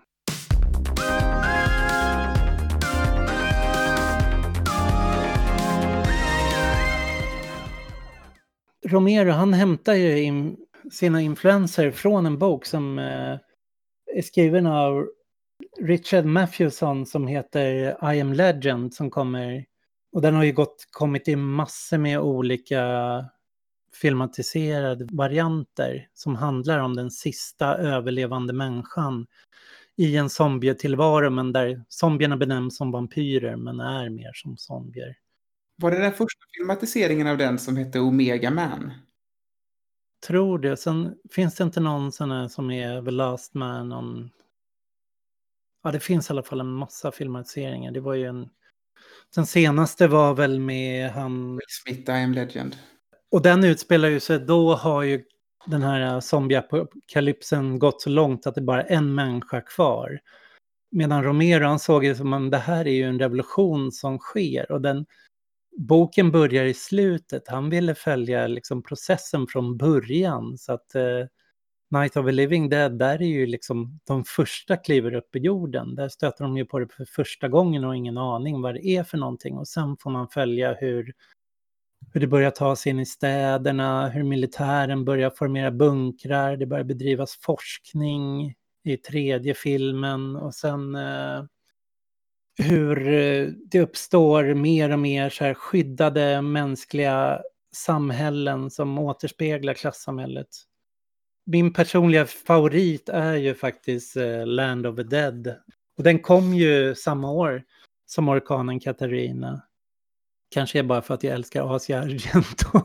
Romero, han hämtar ju sina influenser från en bok som är skriven av Richard Matheson som heter I Am Legend, som kommer, och den har ju kommit i massor med olika filmatiserade varianter som handlar om den sista överlevande människan i en zombietillvaro, men där zombierna benämns som vampyrer men är mer som zombier.
Var det den första filmatiseringen av den som hette Omega Man?
Tror det. Sen finns det inte någon sån här som är The Last Man. Ja, det finns i alla fall en massa filmatiseringar. Det var ju den senaste var väl med han...
Will Smith, I Am Legend.
Och den utspelar ju sig, då har ju den här zombieapokalypsen gått så långt att det bara är en människa kvar. Medan Romero, han såg det som att det här är ju en revolution som sker. Och boken börjar i slutet. Han ville följa liksom processen från början. Så att Night of the Living Dead, där är ju liksom de första kliver upp i jorden. Där stöter de ju på det för första gången och ingen aning vad det är för någonting. Och sen får man följa hur det börjar ta sig in i städerna, hur militären börjar formera bunkrar, det börjar bedrivas forskning i tredje filmen, och sen hur det uppstår mer och mer så här skyddade mänskliga samhällen som återspeglar klassamhället. Min personliga favorit är ju faktiskt Land of the Dead. Och den kom ju samma år som orkanen Katarina. Kanske är bara för att jag älskar Asia Argento.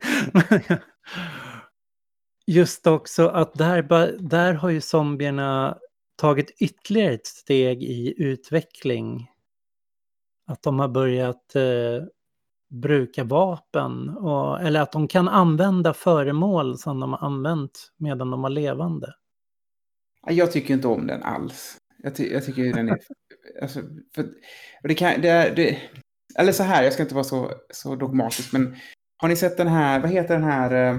Just också att där har ju zombierna tagit ytterligare ett steg i utveckling. Att de har börjat bruka vapen. Eller att de kan använda föremål som de har använt medan de var levande.
Jag tycker inte om den alls. Jag tycker den är... alltså, eller så här, jag ska inte vara så dogmatisk, men har ni sett den här, vad heter den här,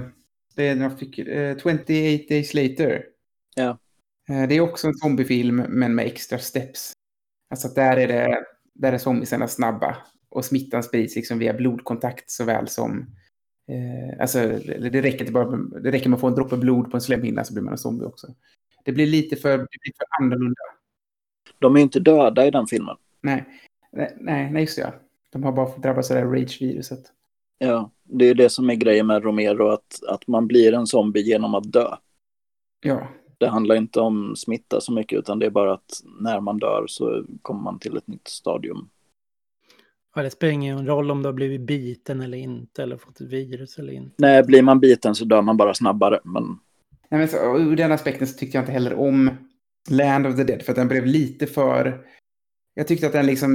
28 Days Later?
Ja.
Det är också en zombiefilm, men med extra steps. Alltså att där är zombiesarna snabba och smittan sprids liksom via blodkontakt såväl som alltså det räcker med att få en droppe blod på en slemhinna så blir man en zombie också. Det blir lite för annorlunda.
De är inte döda i den filmen.
Nej, just det. De har bara drabbats av det här rage-viruset.
Ja, det är det som är grejen med Romero, att man blir en zombie genom att dö.
Ja.
Det handlar inte om smitta så mycket, utan det är bara att när man dör så kommer man till ett nytt stadium. Ja,
det spelar ingen roll om du har blivit biten eller inte, eller fått ett virus eller inte.
Nej, blir man biten så dör man bara snabbare. Men
ur den aspekten så tyckte jag inte heller om Land of the Dead, för att den blev lite för... Jag tyckte att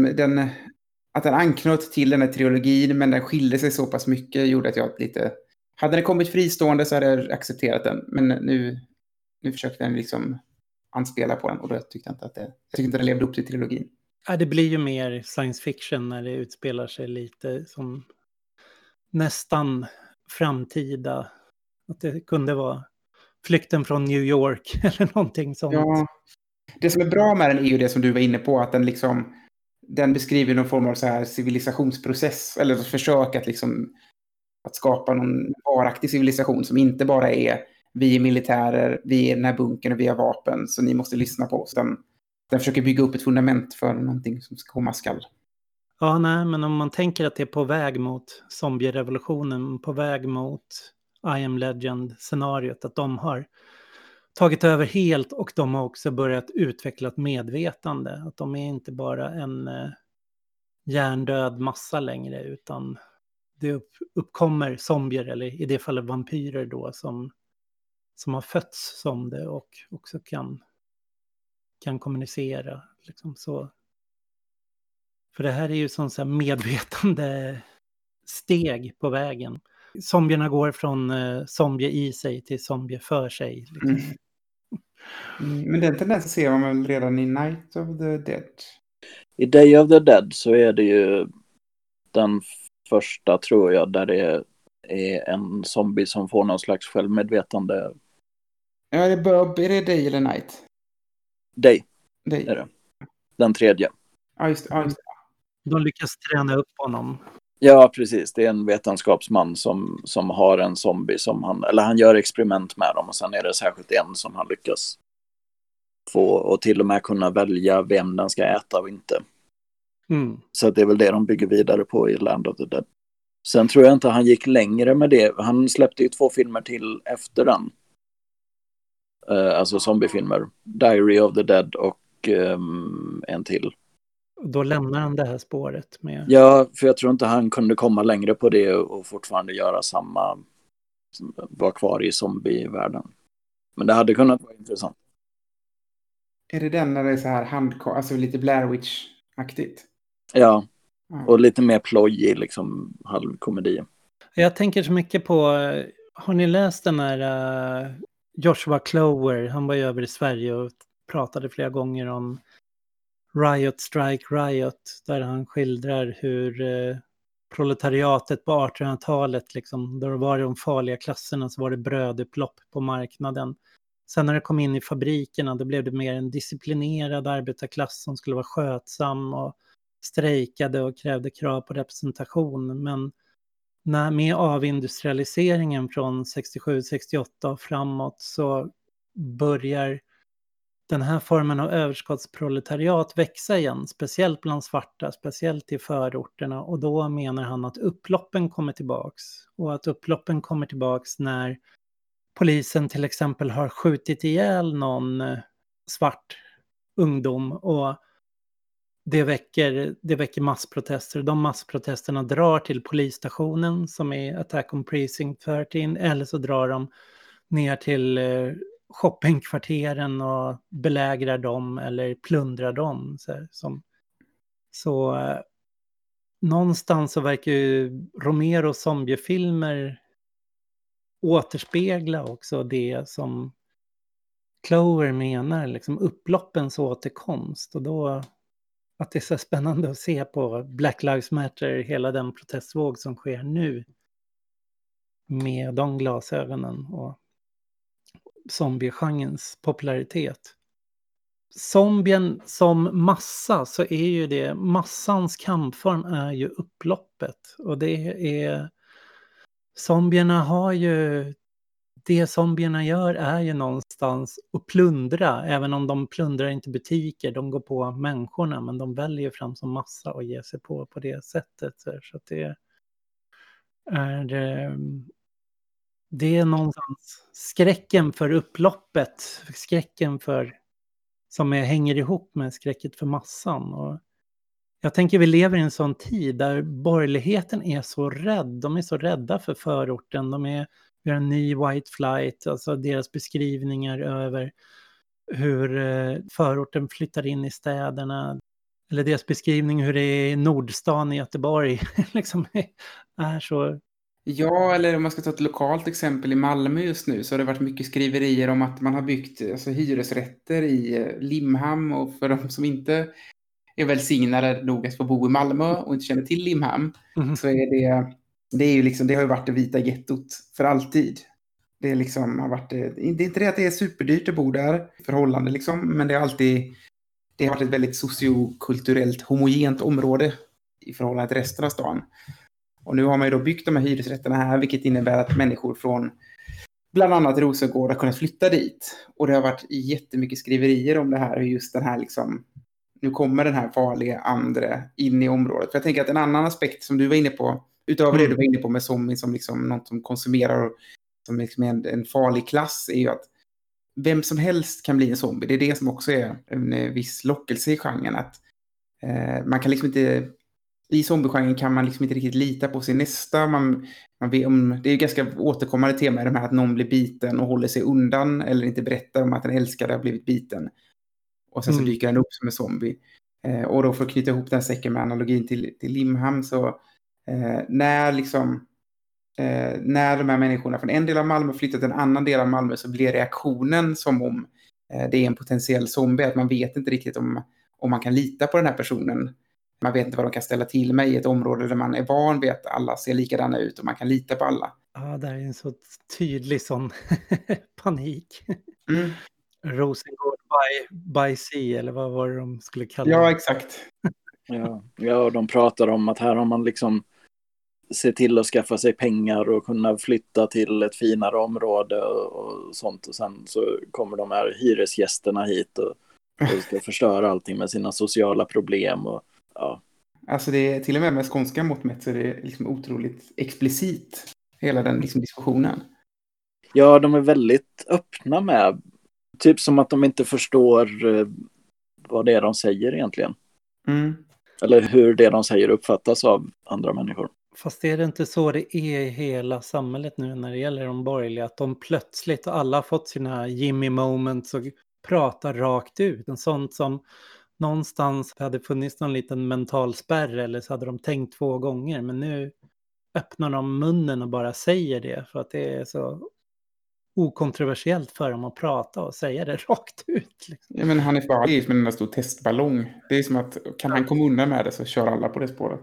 att den anknöt till den här trilogin, men den skilde sig så pass mycket, gjorde att jag lite... Hade den kommit fristående så hade jag accepterat den, men nu försökte den liksom anspela på den, och då tyckte jag inte den levde upp till trilogin.
Ja, det blir ju mer science fiction när det utspelar sig lite som nästan framtida. Att det kunde vara flykten från New York eller någonting sånt.
Ja, det som är bra med den är ju det som du var inne på, att den beskriver någon form av så här civilisationsprocess, eller ett försök att skapa någon varaktig civilisation som inte bara är vi är militärer, vi är den här bunkern och vi har vapen, så ni måste lyssna på oss. Den försöker bygga upp ett fundament för någonting som ska komma skall.
Ja, nej, men om man tänker att det är på väg mot zombie-revolutionen, på väg mot I Am Legend-scenariot, att de har tagit över helt, och de har också börjat utveckla ett medvetande. Att de är inte bara en hjärndöd massa längre, utan det uppkommer zombier, eller i det fallet vampyrer då, som har fötts som det och också kan kommunicera. Liksom så. För det här är ju sån så här medvetande steg på vägen. Zombierna går från zombie i sig till zombie för sig. Liksom.
Men den tendensen ser man väl redan i Night of the Dead?
I Day of the Dead så är det ju den första tror jag, där det är en zombie som får någon slags självmedvetande.
Ja, är det Day eller Night?
Day
Day.
är det. Den tredje.
Ja, just det.
De lyckas träna upp honom.
Ja, precis. Det är en vetenskapsman som har en zombie som han gör experiment med dem, och sen är det särskilt en som han lyckas få och till och med kunna välja vem den ska äta och inte. Så det är väl det de bygger vidare på i Land of the Dead. Sen tror jag inte han gick längre med det. Han släppte ju 2 filmer till efter den. Alltså zombiefilmer. Diary of the Dead och en till.
Då lämnar han det här spåret med...
Ja, för jag tror inte han kunde komma längre på det och fortfarande göra samma, vara kvar i zombievärlden. Men det hade kunnat vara intressant.
Är det den när det är så här alltså lite Blair Witch-aktigt?
Ja, och lite mer plojig, liksom halvkomedi.
Jag tänker så mycket på, har ni läst den här Joshua Clover? Han var ju över i Sverige och pratade flera gånger om Riot Strike Riot, där han skildrar hur proletariatet på 1800-talet, liksom, då det var de farliga klasserna, så var det brödupplopp på marknaden. Sen när det kom in i fabrikerna, då blev det mer en disciplinerad arbetarklass som skulle vara skötsam och strejkade och krävde krav på representation. Men med avindustrialiseringen från 67-68 och framåt så börjar den här formen av överskottsproletariat växa igen, speciellt bland svarta, speciellt i förorterna. Och då menar han att upploppen kommer tillbaks. Och att upploppen kommer tillbaks när polisen till exempel har skjutit ihjäl någon svart ungdom, och det väcker massprotester. De massprotesterna drar till polisstationen som är Attack on Precinct 13, eller så drar de ner till shoppingkvarteren och belägrar dem eller plundrar dem. Så någonstans så verkar ju Romeros zombiefilmer återspegla också det som Clover menar, liksom upploppens återkomst. Och då att det är så spännande att se på Black Lives Matter, hela den protestvåg som sker nu med de glasögonen och zombiegenrens popularitet. Zombien som massa, så är ju det, massans kampform är ju upploppet. Och det är, zombierna har ju, det zombierna gör är ju någonstans att plundra, även om de plundrar inte butiker, de går på människorna, men de väljer fram som massa och ger sig på det sättet. Så att det är någonstans skräcken för upploppet, skräcken för, som hänger ihop med skräcket för massan. Och jag tänker vi lever i en sån tid där borgerligheten är så rädd, de är så rädda för förorten, vi har en ny White Flight, alltså deras beskrivningar över hur förorten flyttar in i städerna, eller deras beskrivning hur det är i Nordstan i Göteborg liksom är så.
Ja, eller om man ska ta ett lokalt exempel i Malmö just nu, så har det varit mycket skriverier om att man har byggt alltså, hyresrätter i Limhamn, och för de som inte är välsignade nog att få bo i Malmö och inte känner till Limhamn, så är det är ju liksom, det har ju varit det vita gettot för alltid. Det är liksom har varit, det är inte det att det är superdyrt att bo där förhållande liksom, men det har varit ett väldigt sociokulturellt homogent område i förhållande till resten av stan. Och nu har man ju då byggt de här hyresrätterna här, vilket innebär att människor från bland annat Rosengård har kunnat flytta dit. Och det har varit jättemycket skriverier om det här, och just den här liksom, nu kommer den här farliga andra in i området. För jag tänker att en annan aspekt som du var inne på, utöver det du var inne på med zombie som liksom något som konsumerar och som liksom är en farlig klass, är ju att vem som helst kan bli en zombie. Det är det som också är en viss lockelse i genren, att man kan liksom inte, i zombiegenren kan man liksom inte riktigt lita på sin nästa. Man vet om, det är ju ganska återkommande tema i de här att någon blir biten och håller sig undan eller inte berättar om att den älskade har blivit biten. Och sen så dyker den upp som en zombie. Och då för att knyta ihop den säcken med analogin till Limhamn, så när de här människorna från en del av Malmö flyttat till en annan del av Malmö, så blir reaktionen som om det är en potentiell zombie, att man vet inte riktigt om man kan lita på den här personen. Man vet inte vad de kan ställa till med i ett område där man är van vid att alla ser likadana ut och man kan lita på alla.
Ja, det är en så tydlig sån panik.
Mm.
Rosengård by sea, eller vad var det de skulle kalla det?
Ja, exakt.
Ja, de pratar om att här har man liksom se till att skaffa sig pengar och kunna flytta till ett finare område och sånt. Och sen så kommer de här hyresgästerna hit och ska förstöra allting med sina sociala problem. Och, ja.
Alltså det är till och med skånska mått mätt så är det liksom otroligt explicit, hela den liksom diskussionen.
Ja, de är väldigt öppna med, typ som att de inte förstår vad det är de säger egentligen.
Mm.
Eller hur det de säger uppfattas av andra människor.
Fast är det inte så det är i hela samhället nu när det gäller de borgerliga? Att de plötsligt, alla har fått sina Jimmy moments och pratar rakt ut. En sån som någonstans hade funnits någon liten mental spärr eller så hade de tänkt 2 gånger. Men nu öppnar de munnen och bara säger det för att det är så okontroversiellt för dem att prata och säga det rakt ut. Liksom.
Ja, men han är farlig som en stor testballong. Det är som att kan han komma undan med det så kör alla på det spåret.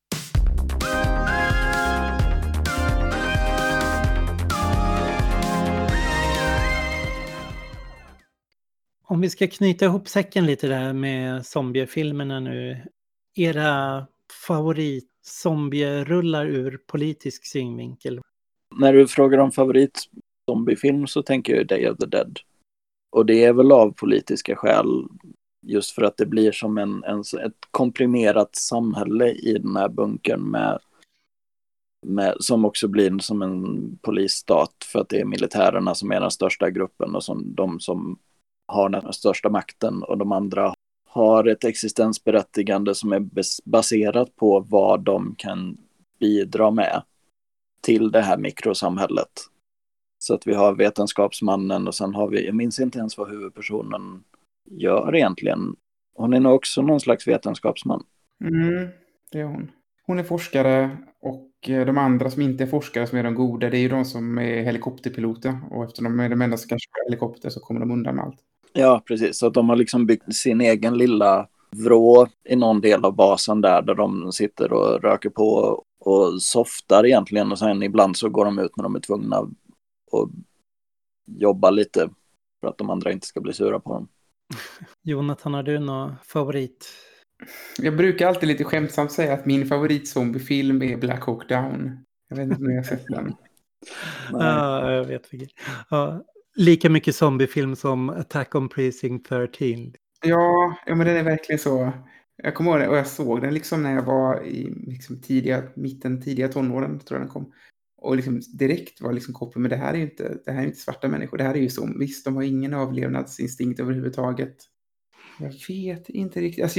Om vi ska knyta ihop säcken lite där med zombiefilmerna nu. Era favorit-zombierullar ur politisk synvinkel?
När du frågar om favorit-zombiefilm så tänker jag Day of the Dead. Och det är väl av politiska skäl just för att det blir som ett komprimerat samhälle i den här bunkern med, som också blir som en polisstat för att det är militärerna som är den största gruppen och som de som har den största makten och de andra har ett existensberättigande som är baserat på vad de kan bidra med till det här mikrosamhället. Så att vi har vetenskapsmannen och sen har vi, jag minns inte ens vad huvudpersonen gör egentligen. Hon är nog också någon slags vetenskapsman.
Det är hon. Hon är forskare och de andra som inte är forskare som är de goda, det är ju de som är helikopterpiloter och eftersom de är de enda som kan köra helikopter så kommer de undan med allt.
Ja, precis. Så att de har liksom byggt sin egen lilla vrå i någon del av basen där de sitter och röker på och softar egentligen och sen ibland så går de ut när de är tvungna att jobba lite för att de andra inte ska bli sura på dem.
Jonathan, har du någon favorit?
Jag brukar alltid lite skämtsamt säga att min favoritzombiefilm är Black Hawk Down. Jag vet inte om jag har sett den.
Ja, jag vet vilket. Ja, lika mycket zombiefilm som Attack on Precinct 13.
Ja, men den är verkligen så. Jag kommer ihåg det och jag såg den liksom när jag var i liksom tidiga tonåren tror jag den kom. Och liksom direkt var liksom kopplat med det här är inte svarta människor. Det här är ju zombies. De har ingen överlevnadsinstinkt överhuvudtaget. Jag vet inte riktigt. Alltså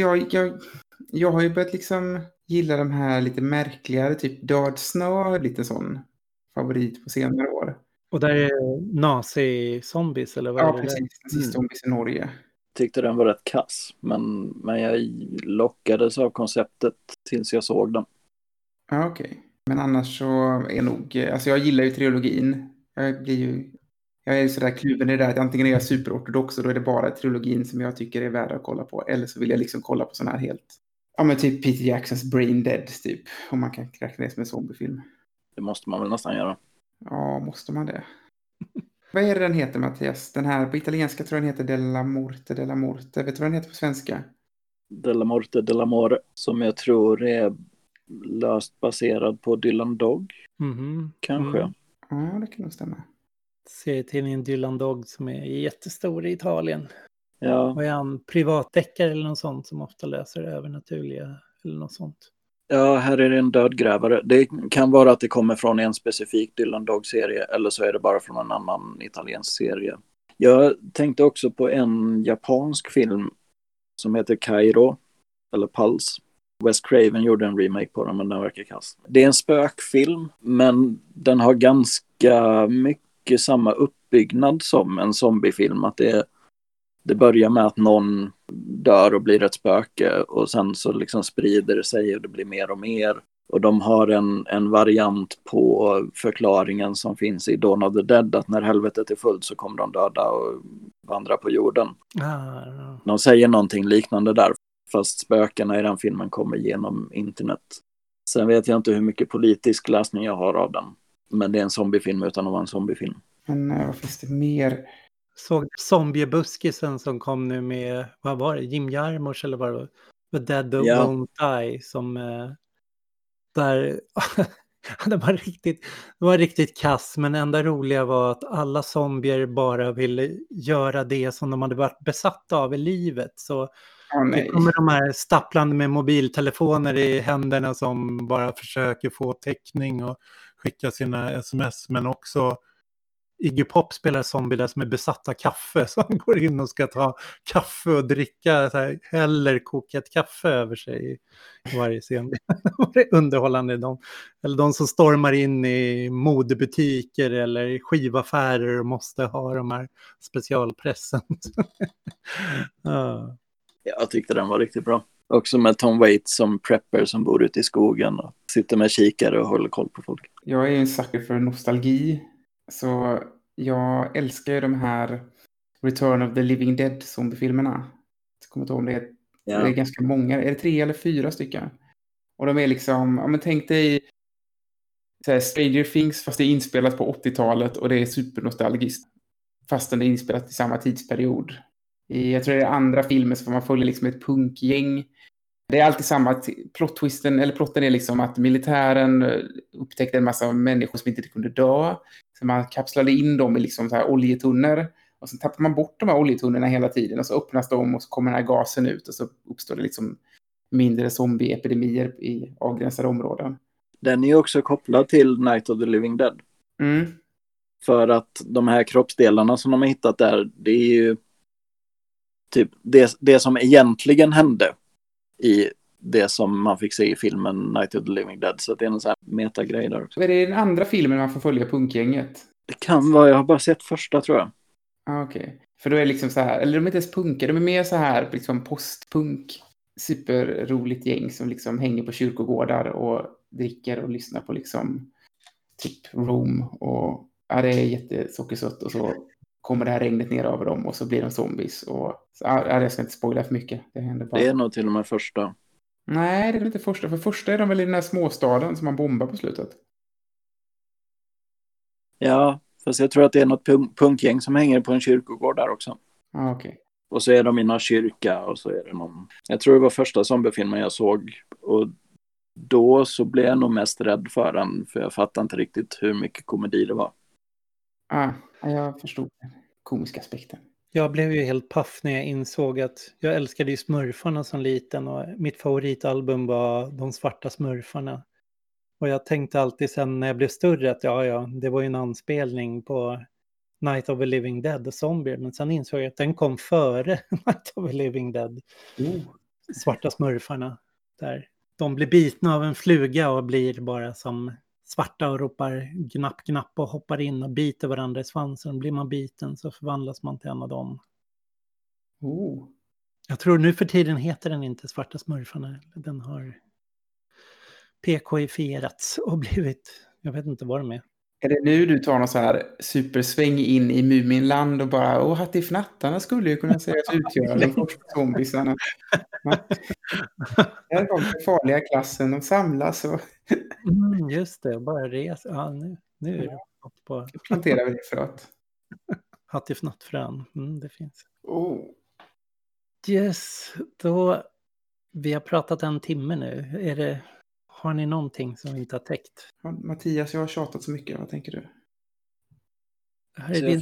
jag har ju börjat liksom gilla de här lite märkligare, typ Död snö, lite sån favorit på senare år.
Och där är nazi-zombies eller vad är det?
Ja, precis. Sista zombies i Norge.
Tyckte den var rätt kass, men jag lockades av konceptet tills jag såg den.
Ja, okej. Men annars så är nog, alltså jag gillar ju trilogin. Jag är ju sådär kluven i det där att antingen är jag superortodox och då är det bara trilogin som jag tycker är värd att kolla på. Eller så vill jag liksom kolla på sån här helt, ja men typ Peter Jacksons Brain Dead typ. Om man kan räkna det som en zombiefilm.
Det måste man väl nästan göra.
Ja, måste man det? Vad är det den heter, Mattias? Den här på italienska tror jag den heter Della Morte. Vet du vad den heter på svenska?
Della Morte dell'amore, som jag tror är löst baserad på Dylan Dog. Kanske.
Ja, det kan nog stämma.
Serietidningen Dylan Dog som är jättestor i Italien.
Ja.
Och är han privatdeckare eller något sånt som ofta löser övernaturliga eller något sånt?
Ja, här är det en dödgrävare. Det kan vara att det kommer från en specifik Dylan Dog-serie eller så är det bara från en annan italiensk serie. Jag tänkte också på en japansk film som heter Kairo eller Pulse. Wes Craven gjorde en remake på den men den verkar kass. Det är en spökfilm men den har ganska mycket samma uppbyggnad som en zombiefilm. Att det börjar med att någon dör och blir ett spöke och sen så liksom sprider det sig och det blir mer och mer. Och de har en variant på förklaringen som finns i Dawn of the Dead att när helvetet är fullt så kommer de döda och vandra på jorden. De säger någonting liknande där. Fast spökena i den filmen kommer genom internet. Sen vet jag inte hur mycket politisk läsning jag har av den. Men det är en zombiefilm utan att vara en zombiefilm.
Men vad finns det mer?
Såg zombiebuskisen som kom nu med, vad var det? Jim Jarmusch eller vad det var? The Dead Won't Die. Som där... det var riktigt kass, men det enda roliga var att alla zombier bara ville göra det som de hade varit besatta av i livet. Så det kommer de här stapplande med mobiltelefoner i händerna som bara försöker få täckning och skicka sina sms, men också Iggy Pop spelar zombie där som är besatta kaffe, som går in och ska ta kaffe och dricka så här, eller koka ett kaffe över sig i varje scen. Det är underhållande. De som stormar in i modebutiker eller skivaffärer och måste ha de här specialpressen.
Jag tyckte den var riktigt bra. Också med Tom Waits som prepper som bor ute i skogen och sitter med kikare och håller koll på folk.
Jag är en sucker för nostalgi. Så jag älskar ju de här Return of the Living Dead zombiefilmerna. Jag kommer inte ihåg om det är ganska många. Är det 3 eller 4 stycken? Och de är liksom, ja men tänk dig så här, Stranger Things fast det är inspelat på 80-talet och det är supernostalgiskt. Fastän det är inspelat i samma tidsperiod. Jag tror det är andra filmer så får man följa liksom ett punkgäng. Det är alltid samma plotten är liksom att militären upptäckte en massa människor som inte kunde dö. Så man kapslade in dem i liksom så här oljetunnor. Och så tappar man bort de här oljetunnorna hela tiden. Och så öppnas de och så kommer den här gasen ut. Och så uppstår det liksom mindre zombieepidemier i avgränsade områden.
Den är ju också kopplad till Night of the Living Dead.
Mm.
För att de här kroppsdelarna som de har hittat där, det är ju typ det som egentligen hände i det som man fick se i filmen Night of the Living Dead. Så det är en sån här metagrej där också.
Är det den andra filmen man får följa punkgänget?
Det kan vara, jag har bara sett första tror jag.
Okej. För då är det liksom så här, eller de är inte ens punkar, de är mer så här liksom postpunk. Superroligt gäng som liksom hänger på kyrkogårdar och dricker och lyssnar på liksom typ Rome och ja, det är jättesockersött och så kommer det här regnet ner över dem och så blir de zombies och så, ja, jag ska inte spoila för mycket. Det händer bara.
Det är nog till och med första.
Nej, det är väl inte första. För första är de väl i den här småstaden som man bombar på slutet.
Ja, fast jag tror att det är något punkgäng som hänger på en kyrkogård där också.
Ah, okej.
Och så är de i någon kyrka och så är det någon... Jag tror det var första zombiefilmen jag såg. Och då så blev jag nog mest rädd för den. För jag fattade inte riktigt hur mycket komedi det var.
Jag förstod den komiska aspekten.
Jag blev ju helt paff när jag insåg att jag älskade ju Smurfarna som liten. Och mitt favoritalbum var De svarta smurfarna. Och jag tänkte alltid sen när jag blev större att det var ju en anspelning på Night of the Living Dead och Zombie. Men sen insåg jag att den kom före Night of the Living Dead. Svarta smurfarna. Där de blir bitna av en fluga och blir bara som svarta och ropar gnapp, gnapp och hoppar in och biter varandra i svansen. Blir man biten så förvandlas man till en av dem. Jag tror nu för tiden heter den inte Svarta smurfarna. Den har PK-ifierats och blivit, jag vet inte vad de är.
Är det nu du tar någon så här supersväng in i Muminland och bara, hattifnattarna skulle ju kunna sägas utgöra de första zombiesarna. Här kom den farliga klassen, de samlas och...
just det, bara resa. Ja, nu är det på...
Planterar vi det för att...
Hattifnattfrön, det finns.
Yes,
då... Vi har pratat 1 timme nu. Har ni någonting som vi inte har täckt?
Mattias, jag har tjatat så mycket. Vad tänker du?
Så jag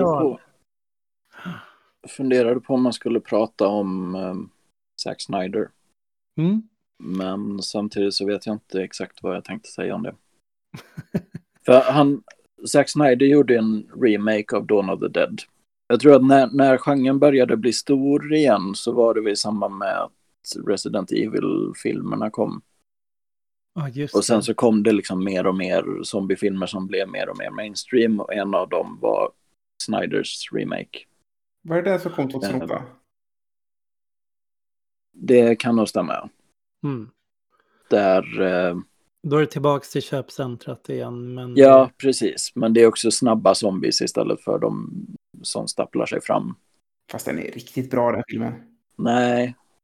funderade på om man skulle prata om Zack Snyder. Men samtidigt så vet jag inte exakt vad jag tänkte säga om det. För Zack Snyder gjorde en remake av Dawn of the Dead. Jag tror att när genren började bli stor igen så var det i samband med att Resident Evil-filmerna kom. Och sen så kom det liksom mer och mer zombiefilmer som blev mer och mer mainstream. Och en av dem var Snyders remake.
Var det den som kom 2008?
Det kan nog stämma. Där...
Då är det tillbaka till köpcentrat igen. Men...
Ja, precis. Men det är också snabba zombies istället för de som stapplar sig fram.
Fast den är riktigt bra den filmen.
Nej.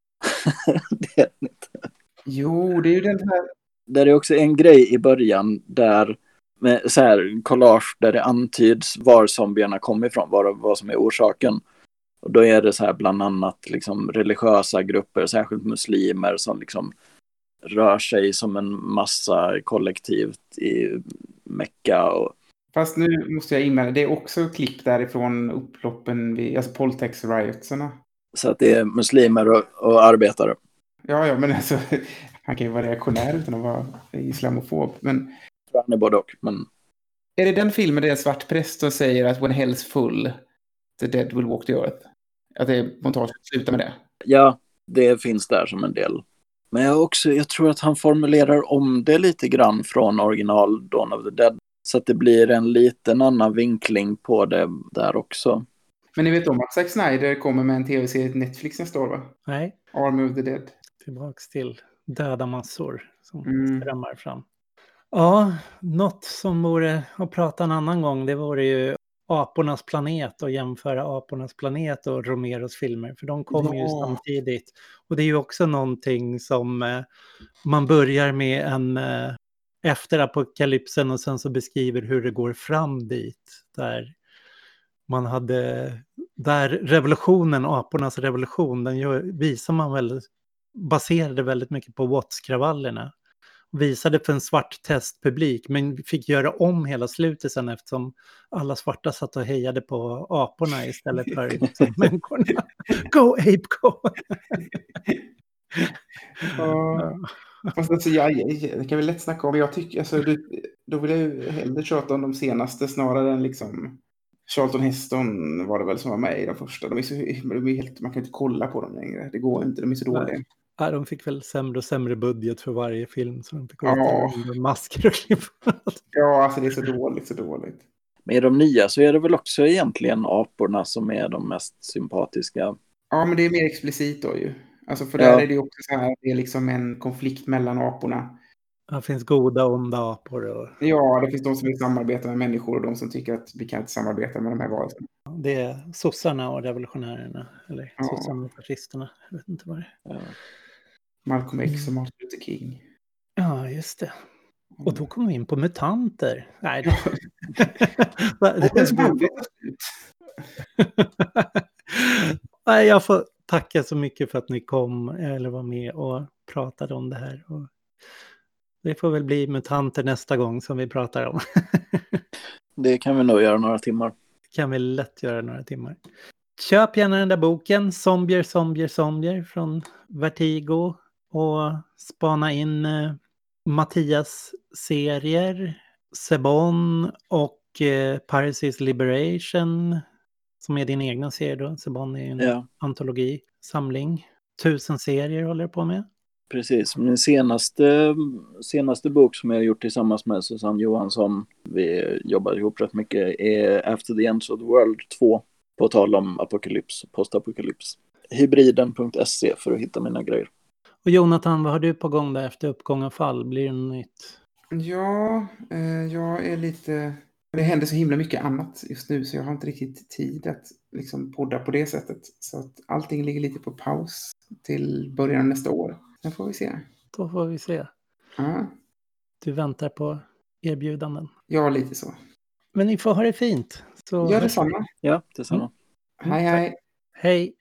Det är det inte.
Jo, det är ju den här...
Där är också en grej i början där med så här collage där det antyds var zombierna kommer ifrån, vad som är orsaken. Och då är det så här bland annat liksom religiösa grupper, särskilt muslimer, som liksom rör sig som en massa kollektivt i Mecka.
Fast nu måste jag invända, det är också klipp därifrån upploppen vid, alltså Poltex-riotserna.
Så att det är muslimer och arbetare.
Ja, men alltså, han kan ju vara reaktionär utan att vara islamofob. Men
Han är både och, men...
Är det den filmen där en svart präst som säger att when hell's full, the dead will walk the earth? Att montaget slutar med det?
Ja, det finns där som en del. Men jag tror att han formulerar om det lite grann från original Dawn of the Dead. Så att det blir en liten annan vinkling på det där också.
Men ni vet om att Zack Snyder kommer med en tv-serie till Netflix nästa år, va?
Nej.
Army of the Dead.
Tillbaks till döda massor som strömmar fram. Ja, något som vore att prata en annan gång, det vore ju Apornas planet och jämföra Apornas planet och Romeros filmer. För de kommer ju samtidigt. Och det är ju också någonting som man börjar med en efter apokalypsen och sen så beskriver hur det går fram dit. Där man hade, där revolutionen, Apornas revolution, den visar man väl, baserade väldigt mycket på Watts-kravallerna. Visade för en svart testpublik, men fick göra om hela slutet sen eftersom alla svarta satt och hejade på aporna istället för liksom, människorna. Go ape, go!
Fast alltså, det kan vi lätt snacka om. Jag tycker, alltså, då vill jag ju hellre tjata om de senaste snarare än liksom Charlton Heston var det väl som var med i de första. De är helt, man kan inte kolla på dem längre. Det går inte, de är så dåliga.
Ja, de fick väl sämre och sämre budget för varje film. Så de fick masker och klipp.
Ja, alltså det är så dåligt.
Men i de nya så är det väl också egentligen aporna som är de mest sympatiska.
Ja, men det är mer explicit då ju. Alltså för där är det ju också så här, det är liksom en konflikt mellan aporna.
Det finns goda och onda apor. Och...
Ja, det finns de som vill samarbeta med människor och de som tycker att vi kan inte samarbeta med de här varelserna.
Det är sossarna och revolutionärerna. Eller sossarna och fascisterna. Jag vet inte vad det är.
Ja.
Malcolm X och Martin Luther King.
Ja, just det. Och då kommer vi in på mutanter. Nej, Nej, jag får tacka så mycket för att ni kom eller var med och pratade om det här. Och det får väl bli mutanter nästa gång som vi pratar om.
Det kan vi nog göra några timmar.
Det kan vi lätt göra några timmar. Köp gärna den där boken, Zombier från Vertigo. Och spana in Mattias serier, Sebon och Piracy's Liberation, som är din egna serie då. Sebon är en antologisamling. 1000 serier håller jag på med.
Precis, min senaste bok som jag har gjort tillsammans med Susanne Johansson, vi jobbar ihop rätt mycket, är After the Ends of the World 2, på tal om apokalyps, postapokalyps. Hybriden.se för att hitta mina grejer.
Och Jonathan, vad har du på gång där efter uppgång och fall? Blir det något nytt?
Ja, jag är lite... Det händer så himla mycket annat just nu så jag har inte riktigt tid att liksom podda på det sättet. Så att allting ligger lite på paus till början av nästa år. Sen får vi se.
Då får vi se.
Ja.
Du väntar på erbjudanden.
Ja, lite så.
Men ni får ha det fint. Så
gör detsamma.
Ja, detsamma.
Hej, hej.
Hej.